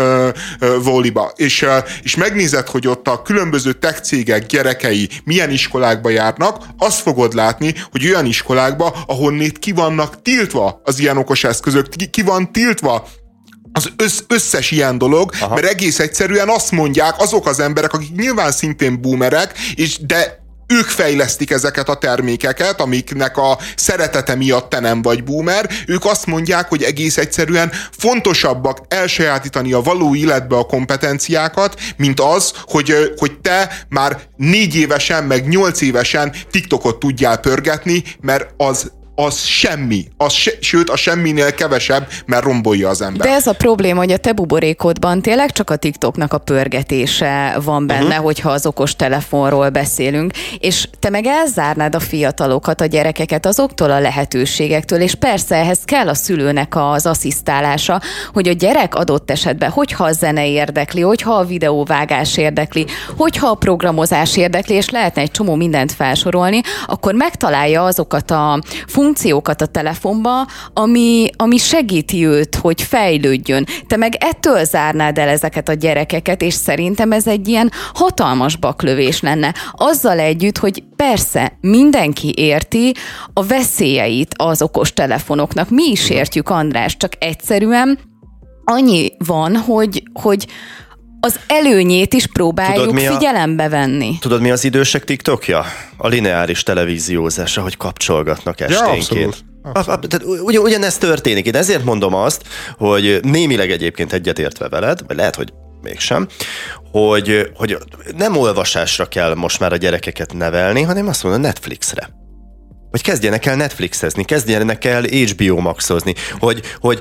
Valley-ba, és, és megnézed, hogy ott a különböző tech cégek gyerekei milyen iskolákba járnak, azt fogod látni, hogy olyan iskolákba, ahonnét ki vannak tiltva az ilyen okos eszközök, ki, ki van tiltva az össz, összes ilyen dolog, Aha. mert egész egyszerűen azt mondják azok az emberek, akik nyilván szintén boomerek, és de ők fejlesztik ezeket a termékeket, amiknek a szeretete miatt te nem vagy boomer, ők azt mondják, hogy egész egyszerűen fontosabbak elsajátítani a való életbe a kompetenciákat, mint az, hogy, hogy te már négy évesen, meg nyolc évesen TikTokot tudjál pörgetni, mert az az semmi, az se, sőt a semminél kevesebb, mert rombolja az ember. De ez a probléma, hogy a te buborékodban tényleg csak a TikToknak a pörgetése van benne, uh-huh. hogyha az okos telefonról beszélünk, és te meg elzárnád a fiatalokat, a gyerekeket azoktól a lehetőségektől, és persze ehhez kell a szülőnek az asszisztálása, hogy a gyerek adott esetben, hogyha a zene érdekli, hogyha a videóvágás érdekli, hogyha a programozás érdekli, és lehetne egy csomó mindent felsorolni, akkor megtalálja azokat a funkciókat a telefonba, ami, ami segíti őt, hogy fejlődjön. Te meg ettől zárnád el ezeket a gyerekeket, és szerintem ez egy ilyen hatalmas baklövés lenne. Azzal együtt, hogy persze mindenki érti a veszélyeit az okos telefonoknak. Mi is értjük, András, csak egyszerűen annyi van, hogy, hogy az előnyét is próbáljuk tudod, figyelembe venni. Tudod, mi az idősek TikTokja? A lineáris televíziózása, hogy kapcsolgatnak esténként. Ja, abszolút. Abszolút. Tehát ugy, ugyanezt történik. Én ezért mondom azt, hogy némileg egyébként egyetértve veled, vagy lehet, hogy mégsem, hogy, hogy nem olvasásra kell most már a gyerekeket nevelni, hanem azt mondom, Netflixre. Hogy kezdjenek el Netflixezni, kezdjenek el há bé ó maxozni, hogy, hogy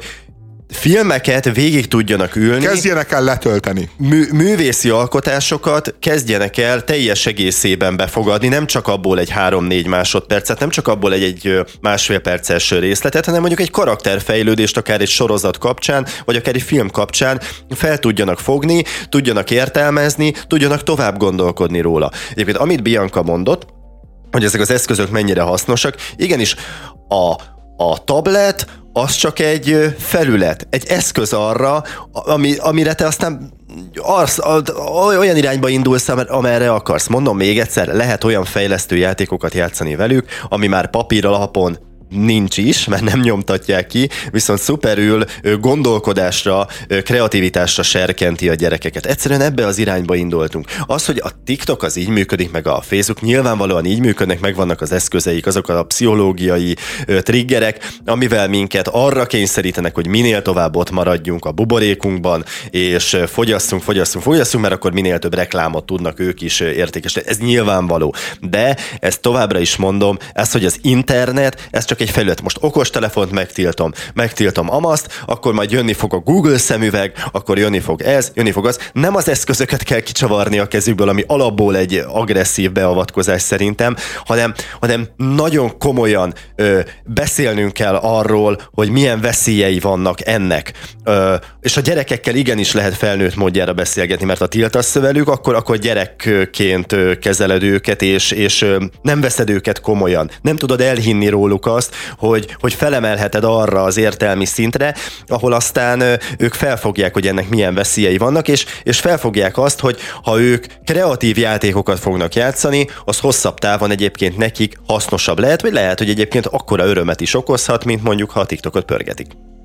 filmeket végig tudjanak ülni. Kezdjenek el letölteni. Mű, művészi alkotásokat kezdjenek el teljes egészében befogadni, nem csak abból egy három-négy másodpercet, nem csak abból egy, egy másfél perces részletet, hanem mondjuk egy karakterfejlődést akár egy sorozat kapcsán, vagy akár egy film kapcsán fel tudjanak fogni, tudjanak értelmezni, tudjanak tovább gondolkodni róla. Egyébként amit Bianca mondott, hogy ezek az eszközök mennyire hasznosak, igenis a, a tablet az csak egy felület, egy eszköz arra, ami, amire te aztán az, olyan irányba indulsz, amerre akarsz. Mondom még egyszer, lehet olyan fejlesztő játékokat játszani velük, ami már papír alapon nincs is, mert nem nyomtatják ki, viszont szuperül gondolkodásra, kreativitásra serkenti a gyerekeket. Egyszerűen ebbe az irányba indultunk. Az, hogy a TikTok az így működik, meg a Facebook nyilvánvalóan így működnek, meg vannak az eszközeik, azok a pszichológiai triggerek, amivel minket arra kényszerítenek, hogy minél tovább ott maradjunk a buborékunkban, és fogyasszunk, fogyasszunk, fogyasszunk, mert akkor minél több reklámot tudnak ők is értékesíteni. Ez nyilvánvaló. De ezt továbbra is mondom, ez, hogy az internet, ez csak egy felület. Most okostelefont megtiltom, megtiltom amaszt, akkor majd jönni fog a Google szemüveg, akkor jönni fog ez, jönni fog az. Nem az eszközöket kell kicsavarni a kezükből, ami alapból egy agresszív beavatkozás szerintem, hanem, hanem nagyon komolyan ö, beszélnünk kell arról, hogy milyen veszélyei vannak ennek. Ö, és a gyerekekkel igenis lehet felnőtt módjára beszélgetni, mert ha tiltasz velük, akkor, akkor gyerekként kezeled őket, és, és nem veszed őket komolyan. Nem tudod elhinni róluk azt, Hogy, hogy felemelheted arra az értelmi szintre, ahol aztán ők felfogják, hogy ennek milyen veszélyei vannak, és, és felfogják azt, hogy ha ők kreatív játékokat fognak játszani, az hosszabb távon egyébként nekik hasznosabb lehet, vagy lehet, hogy egyébként akkora örömet is okozhat, mint mondjuk, ha a TikTokot pörgetik.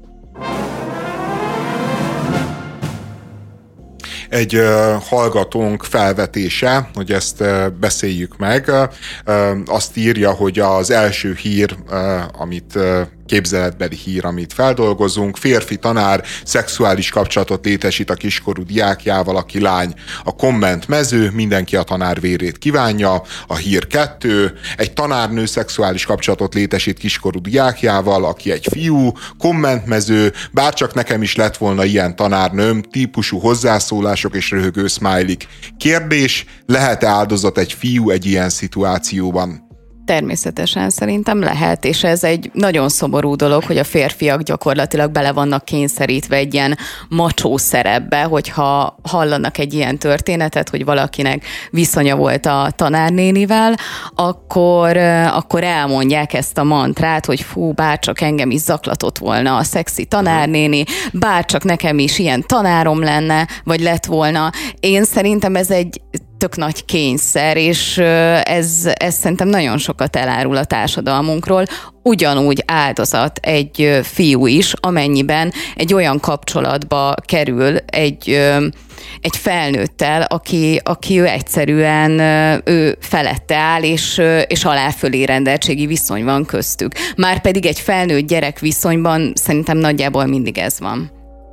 Egy uh, hallgatónk felvetése, hogy ezt uh, beszéljük meg, uh, azt írja, hogy az első hír, uh, amit uh, képzeletbeli hír, amit feldolgozunk, férfi tanár szexuális kapcsolatot létesít a kiskorú diákjával, aki lány. A komment mező, mindenki a tanár vérét kívánja. A hír kettő, egy tanárnő szexuális kapcsolatot létesít kiskorú diákjával, aki egy fiú. Komment mező, bárcsak nekem is lett volna ilyen tanárnőm, típusú hozzászólások és röhögő szmájlik. Kérdés, lehet-e áldozat egy fiú egy ilyen szituációban? Természetesen szerintem lehet, és ez egy nagyon szomorú dolog, hogy a férfiak gyakorlatilag bele vannak kényszerítve egy ilyen macsó szerepbe, hogyha hallanak egy ilyen történetet, hogy valakinek viszonya volt a tanárnénivel, akkor, akkor elmondják ezt a mantrát, hogy fú, bárcsak engem is zaklatott volna a szexi tanárnéni, bárcsak nekem is ilyen tanárom lenne, vagy lett volna. Én szerintem ez egy tök nagy kényszer, és ez, ez szerintem nagyon sokat elárul a társadalmunkról. Ugyanúgy áldozat egy fiú is, amennyiben egy olyan kapcsolatba kerül egy, egy felnőttel, aki, aki ő egyszerűen ő felette áll, és, és aláfölé rendeltségi viszony van köztük. Márpedig egy felnőtt gyerek viszonyban szerintem nagyjából mindig ez van.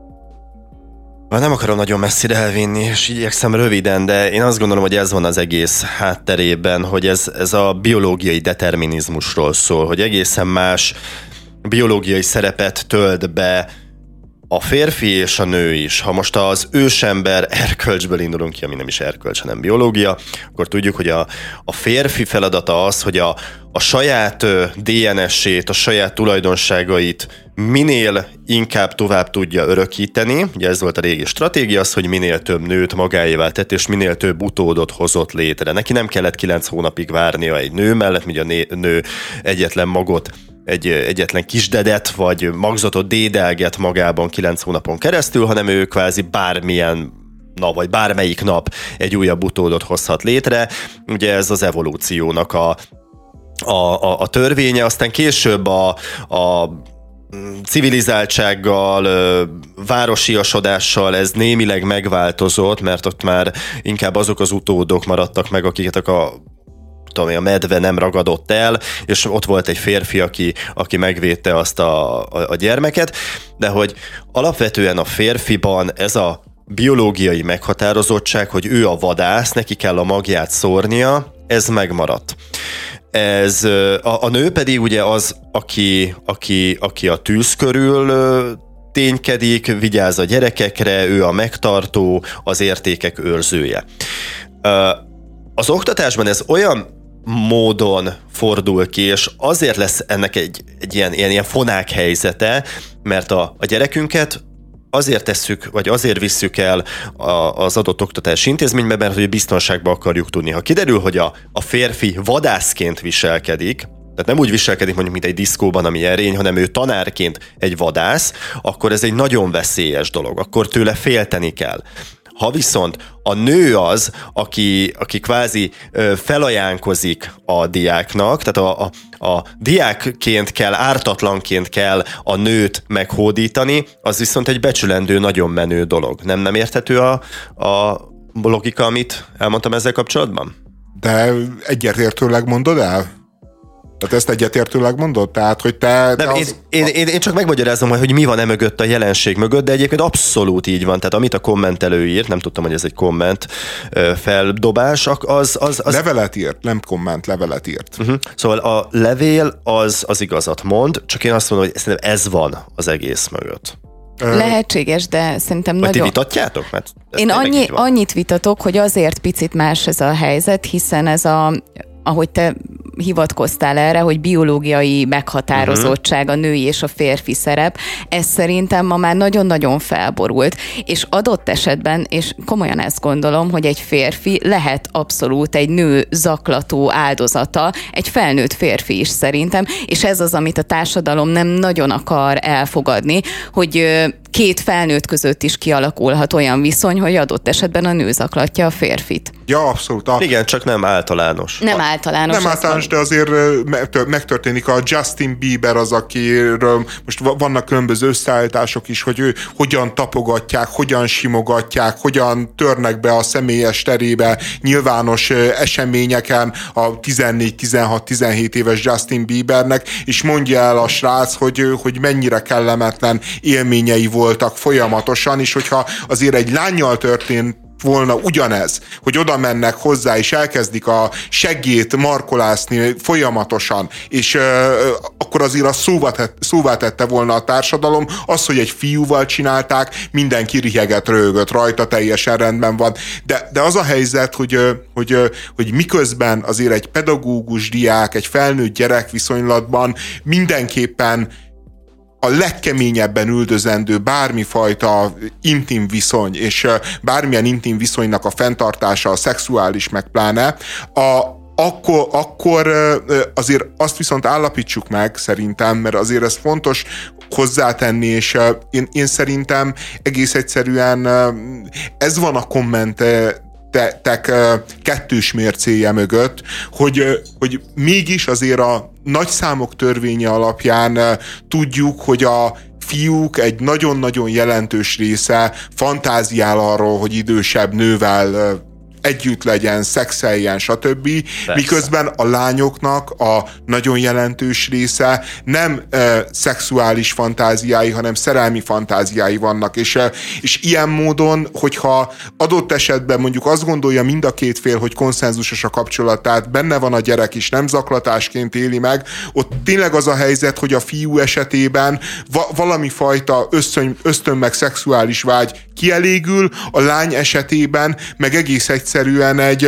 Nem akarom nagyon messzire elvinni, és igyekszem röviden, de én azt gondolom, hogy ez van az egész hátterében, hogy ez, ez a biológiai determinizmusról szól, hogy egészen más biológiai szerepet tölt be a férfi és a nő is. Ha most az ősember erkölcsből indulunk ki, ami nem is erkölcs, hanem biológia, akkor tudjuk, hogy a, a férfi feladata az, hogy a, a saját dé en es-ét, a saját tulajdonságait minél inkább tovább tudja örökíteni. Ugye ez volt a régi stratégia, az, hogy minél több nőt magáévá tett, és minél több utódot hozott létre. Neki nem kellett kilenc hónapig várnia egy nő mellett, míg a nő egyetlen magot, egy egyetlen kisdedet, vagy magzatot dédelget magában kilenc hónapon keresztül, hanem ő kvázi bármilyen nap, vagy bármelyik nap egy újabb utódot hozhat létre. Ugye ez az evolúciónak a, a, a, a törvénye, aztán később a, a civilizáltsággal, városiasodással ez némileg megváltozott, mert ott már inkább azok az utódok maradtak meg, akiket a tudom, a medve nem ragadott el, és ott volt egy férfi, aki, aki megvédte azt a, a, a gyermeket, de hogy alapvetően a férfiban ez a biológiai meghatározottság, hogy ő a vadász, neki kell a magját szórnia, ez megmaradt. Ez, a, a nő pedig ugye az, aki, aki, aki a tűz körül ténykedik, vigyáz a gyerekekre, ő a megtartó, az értékek őrzője. Az oktatásban ez olyan módon fordul ki, és azért lesz ennek egy, egy ilyen, ilyen, ilyen fonák helyzete, mert a, a gyerekünket azért tesszük, vagy azért visszük el a, az adott oktatási intézménybe, mert hogy biztonságba akarjuk tudni. Ha kiderül, hogy a, a férfi vadászként viselkedik, tehát nem úgy viselkedik mondjuk, mint egy diszkóban, ami erény, hanem ő tanárként egy vadász, akkor ez egy nagyon veszélyes dolog, akkor tőle félteni kell. Ha viszont a nő az, aki, aki kvázi ö, felajánkozik a diáknak, tehát a, a, a diákként kell, ártatlanként kell a nőt meghódítani, az viszont egy becsülendő, nagyon menő dolog. Nem, nem érthető a, a logika, amit elmondtam ezzel kapcsolatban? De egyetértőleg mondod el? Tehát ezt egyetértőleg mondod? Tehát, hogy te... te nem, az... én, én, én csak megmagyarázom, hogy mi van e mögött a jelenség mögött, de egyébként abszolút így van. Tehát amit a kommentelő írt, nem tudtam, hogy ez egy komment feldobás, az... az, az... Levelet írt, nem komment, levelet írt. Uh-huh. Szóval a levél az, az igazat mond, csak én azt mondom, hogy szerintem ez van az egész mögött. Lehetséges, de szerintem Vagy nagyon... ti vitatjátok? Mert Én annyi, annyit vitatok, hogy azért picit más ez a helyzet, hiszen ez a, ahogy te hivatkoztál erre, hogy biológiai meghatározottság, a női és a férfi szerep, ez szerintem ma már nagyon-nagyon felborult, és adott esetben, és komolyan ezt gondolom, hogy egy férfi lehet abszolút egy nő zaklató áldozata, egy felnőtt férfi is szerintem, és ez az, amit a társadalom nem nagyon akar elfogadni, hogy két felnőtt között is kialakulhat olyan viszony, hogy adott esetben a nő zaklatja a férfit. Ja, abszolút. A... Igen, csak nem általános. Nem általános. Nem általános, de azért megtörténik. A Justin Bieber az, akiről most vannak különböző összeállítások is, hogy ő hogyan tapogatják, hogyan simogatják, hogyan törnek be a személyes terébe nyilvános eseményeken a tizennégy, tizenhat, tizenhét éves Justin Biebernek, és mondja el a srác, hogy, hogy mennyire kellemetlen élményei voltak folyamatosan, és hogyha azért egy lánnyal történt volna ugyanez, hogy oda mennek hozzá, és elkezdik a seggét markolászni folyamatosan, és euh, akkor azért az szóvá, tett, szóvá tette volna a társadalom, az, hogy egy fiúval csinálták, mindenki rihegett, röhögött rajta, teljesen rendben van. De, de az a helyzet, hogy, hogy, hogy miközben azért egy pedagógus diák, egy felnőtt gyerek viszonylatban mindenképpen a legkeményebben üldözendő bármifajta intim viszony, és bármilyen intim viszonynak a fenntartása, a szexuális meg pláne, a, akkor, akkor azért azt viszont állapítsuk meg szerintem, mert azért ez fontos hozzátenni, és én, én szerintem egész egyszerűen ez van a komment tek kettős mércéje mögött, hogy, hogy mégis azért a nagy számok törvénye alapján tudjuk, hogy a fiúk egy nagyon-nagyon jelentős része fantáziál arról, hogy idősebb nővel együtt legyen, szexeljen, stb. Persze. Miközben a lányoknak a nagyon jelentős része nem e, szexuális fantáziái, hanem szerelmi fantáziái vannak, és, e, és ilyen módon, hogyha adott esetben mondjuk azt gondolja mind a két fél, hogy konszenzusos a kapcsolat, tehát benne van a gyerek is, nem zaklatásként éli meg, ott tényleg az a helyzet, hogy a fiú esetében va- valami fajta ösztön, ösztön meg szexuális vágy kielégül, a lány esetében meg egész egyszerűen egy,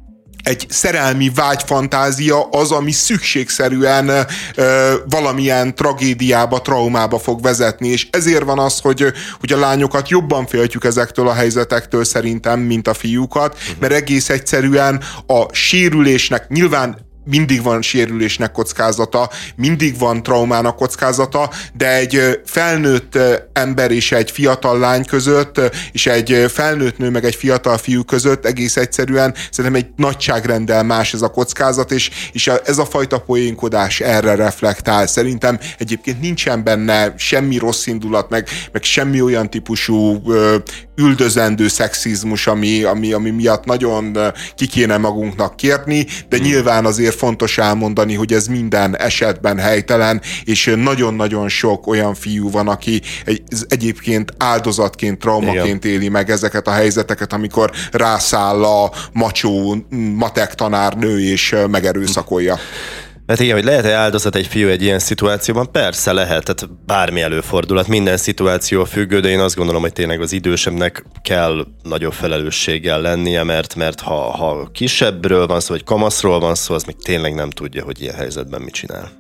egy szerelmi vágyfantázia az, ami szükségszerűen ö, valamilyen tragédiába, traumába fog vezetni, és ezért van az, hogy, hogy a lányokat jobban féltjük ezektől a helyzetektől szerintem, mint a fiúkat, mert egész egyszerűen a sérülésnek nyilván mindig van sérülésnek kockázata, mindig van traumának kockázata, de egy felnőtt ember és egy fiatal lány között, és egy felnőtt nő meg egy fiatal fiú között egész egyszerűen szerintem egy nagyságrenddel más ez a kockázat, és, és ez a fajta poénkodás erre reflektál. Szerintem egyébként nincsen benne semmi rossz indulat, meg, meg semmi olyan típusú ö, üldözendő szexizmus, ami, ami, ami miatt nagyon ki kéne magunknak kérni, de hmm. nyilván azért fontos elmondani, hogy ez minden esetben helytelen, és nagyon-nagyon sok olyan fiú van, aki egy, egyébként áldozatként, traumaként Igen. éli meg ezeket a helyzeteket, amikor rászáll a macsó matek tanárnő és megerőszakolja. Hát igen, hogy lehet-e áldozat egy fiú egy ilyen szituációban? Persze lehet, tehát bármi előfordulhat, minden szituáció függő, de én azt gondolom, hogy tényleg az idősebbnek kell nagyobb felelősséggel lennie, mert, mert ha, ha kisebbről van szó, vagy kamaszról van szó, az még tényleg nem tudja, hogy ilyen helyzetben mit csinál.